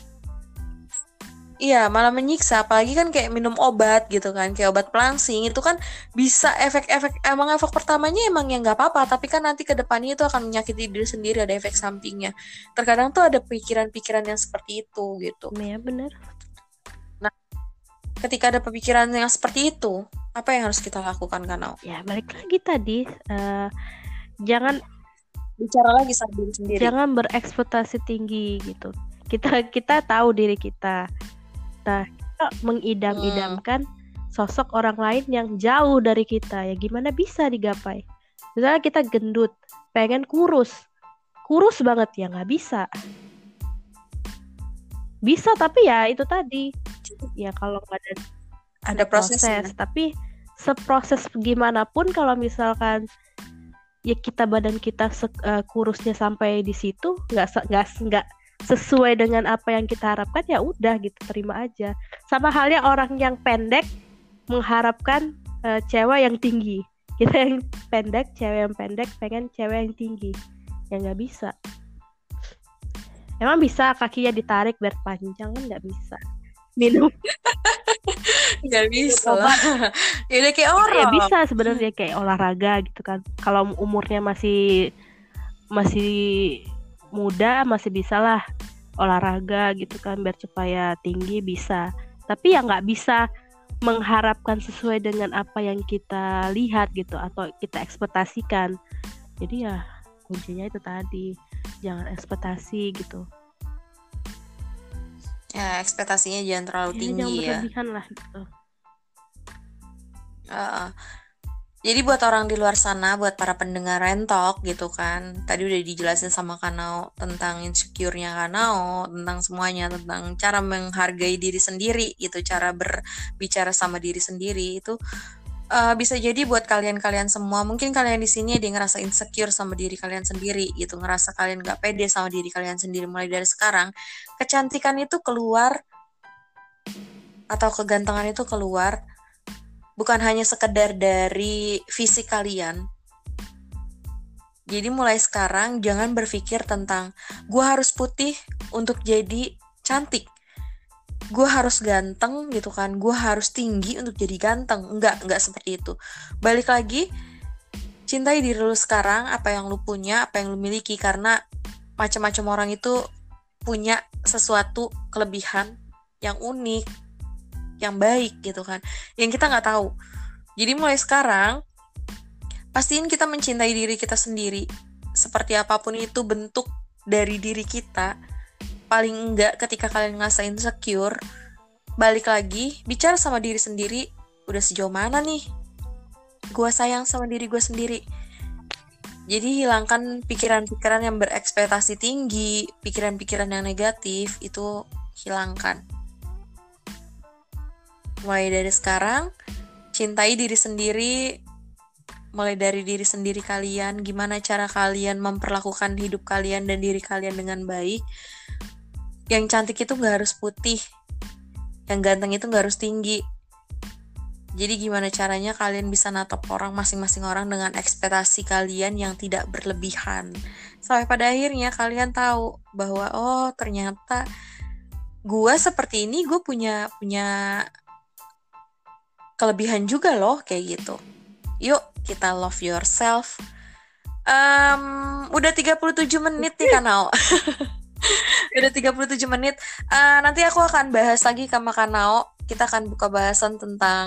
Iya, malah menyiksa. Apalagi kan kayak minum obat gitu kan, kayak obat pelangsing itu kan bisa efek pertamanya emang ya nggak apa-apa, tapi kan nanti ke depannya itu akan menyakiti diri sendiri, ada efek sampingnya. Terkadang tuh ada pikiran-pikiran yang seperti itu gitu. Iya benar. Nah, ketika ada pemikiran yang seperti itu, apa yang harus kita lakukan, Kanau? Ya balik lagi tadi, jangan bicara lagi sama diri sendiri. Jangan berekspektasi tinggi gitu. Kita tahu diri kita. Nah, kita mengidam-idamkan sosok orang lain yang jauh dari kita. Ya gimana bisa digapai? Misalnya kita gendut, pengen kurus banget ya nggak bisa. Bisa tapi ya itu tadi. Ya kalau ada proses. Tapi seproses gimana pun kalau misalkan ya badan kita kurusnya sampai di situ, nggak sesuai dengan apa yang kita harapkan, ya udah gitu, terima aja. Sama halnya orang yang pendek mengharapkan cewek yang tinggi. Kita yang pendek, cewek yang pendek pengen cewek yang tinggi, ya nggak bisa. Emang bisa kakinya ditarik biar panjang? Kan nggak bisa. Minum Nggak bisa obat lah. Ya udah kayak ya orang. bisa sebenarnya, kayak olahraga gitu kan. Kalau umurnya masih muda, masih bisa lah olahraga gitu kan, biar supaya tinggi bisa. Tapi ya nggak bisa mengharapkan sesuai dengan apa yang kita lihat gitu atau kita ekspektasikan. Jadi ya kuncinya itu tadi, jangan ekspektasi gitu. Ya, ekspektasinya jangan terlalu Jangan tinggi ya. berlebihan lah gitu. Jadi buat orang di luar sana, buat para pendengar Rentalk gitu kan, tadi udah dijelasin sama Kanao tentang insecure-nya Kanao, tentang semuanya, tentang cara menghargai diri sendiri gitu, cara berbicara sama diri sendiri itu bisa jadi buat kalian-kalian semua. Mungkin kalian di sini ada yang ngerasa insecure sama diri kalian sendiri gitu, ngerasa kalian gak pede sama diri kalian sendiri. Mulai dari sekarang, kecantikan itu keluar atau kegantengan itu keluar bukan hanya sekedar dari fisik kalian. Jadi mulai sekarang jangan berpikir tentang gue harus putih untuk jadi cantik, gue harus ganteng gitu kan, gue harus tinggi untuk jadi ganteng. Enggak seperti itu. Balik lagi, cintai diri lu sekarang, apa yang lu punya, apa yang lu miliki, karena macam-macam orang itu punya sesuatu kelebihan yang unik, yang baik gitu kan, yang kita nggak tahu. Jadi mulai sekarang pastiin kita mencintai diri kita sendiri, seperti apapun itu bentuk dari diri kita. Paling enggak ketika kalian ngerasa insecure, balik lagi bicara sama diri sendiri, udah sejauh mana nih gue sayang sama diri gue sendiri. Jadi hilangkan pikiran-pikiran yang berekspektasi tinggi, pikiran-pikiran yang negatif itu hilangkan. Mulai dari sekarang, cintai diri sendiri, mulai dari diri sendiri kalian, gimana cara kalian memperlakukan hidup kalian dan diri kalian dengan baik. Yang cantik itu gak harus putih, yang ganteng itu gak harus tinggi. Jadi gimana caranya kalian bisa natap orang, masing-masing orang dengan ekspektasi kalian yang tidak berlebihan. Sampai pada akhirnya kalian tahu bahwa oh ternyata gue seperti ini, gue punya kelebihan juga loh kayak gitu. Yuk kita love yourself. Udah 37 menit nih Kanao. Udah 37 menit. Nanti aku akan bahas lagi sama Kanao. Kita akan buka bahasan tentang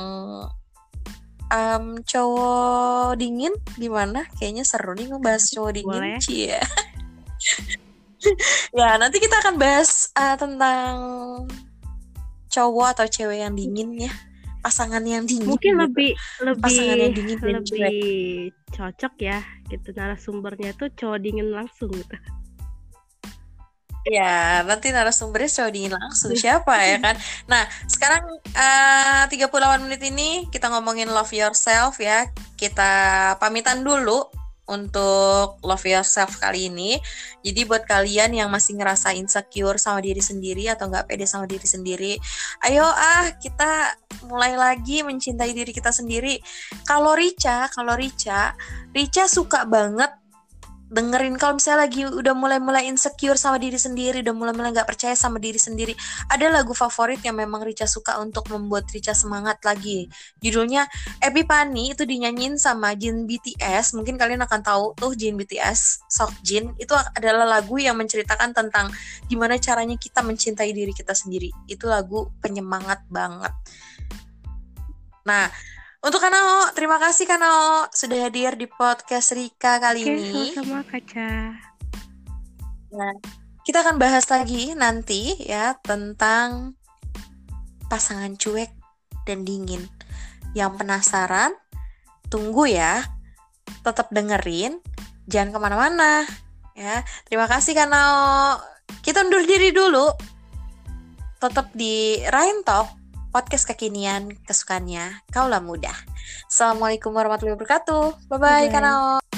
cowok dingin. Gimana? Kayaknya seru nih ngebahas cowok dingin. Cie. Ya nanti kita akan bahas tentang cowok atau cewek yang dingin ya. Pasangan yang dingin. Mungkin gitu. Pasangan yang dingin dan lebih cocok ya gitu, narasumbernya tuh cowok dingin langsung gitu. Ya, nanti narasumbernya cowok dingin langsung siapa ya kan. Nah, sekarang 38 menit ini kita ngomongin love yourself ya. Kita pamitan dulu untuk love yourself kali ini. Jadi buat kalian yang masih ngerasa insecure sama diri sendiri atau gak pede sama diri sendiri, ayo kita mulai lagi mencintai diri kita sendiri. Kalau Rica suka banget dengerin kalau misalnya lagi udah mulai insecure sama diri sendiri, udah mulai gak percaya sama diri sendiri, ada lagu favorit yang memang Rica suka untuk membuat Rica semangat lagi. Judulnya Epipani, itu dinyanyiin sama Jin BTS. Mungkin kalian akan tahu tuh Jin BTS, Seokjin. Itu adalah lagu yang menceritakan tentang gimana caranya kita mencintai diri kita sendiri. Itu lagu penyemangat banget. Nah, untuk Kanao, terima kasih Kanao sudah hadir di podcast Rika kali ini. Oke, sama-sama Kaca. Nah, kita akan bahas lagi nanti ya tentang pasangan cuek dan dingin. Yang penasaran, tunggu ya. Tetap dengerin, jangan kemana-mana ya. Terima kasih Kanao. Kita undur diri dulu. Tetap di Rentalk, podcast kekinian kesukaannya Kaula Muda. Assalamualaikum warahmatullahi wabarakatuh. Bye-bye Kanao.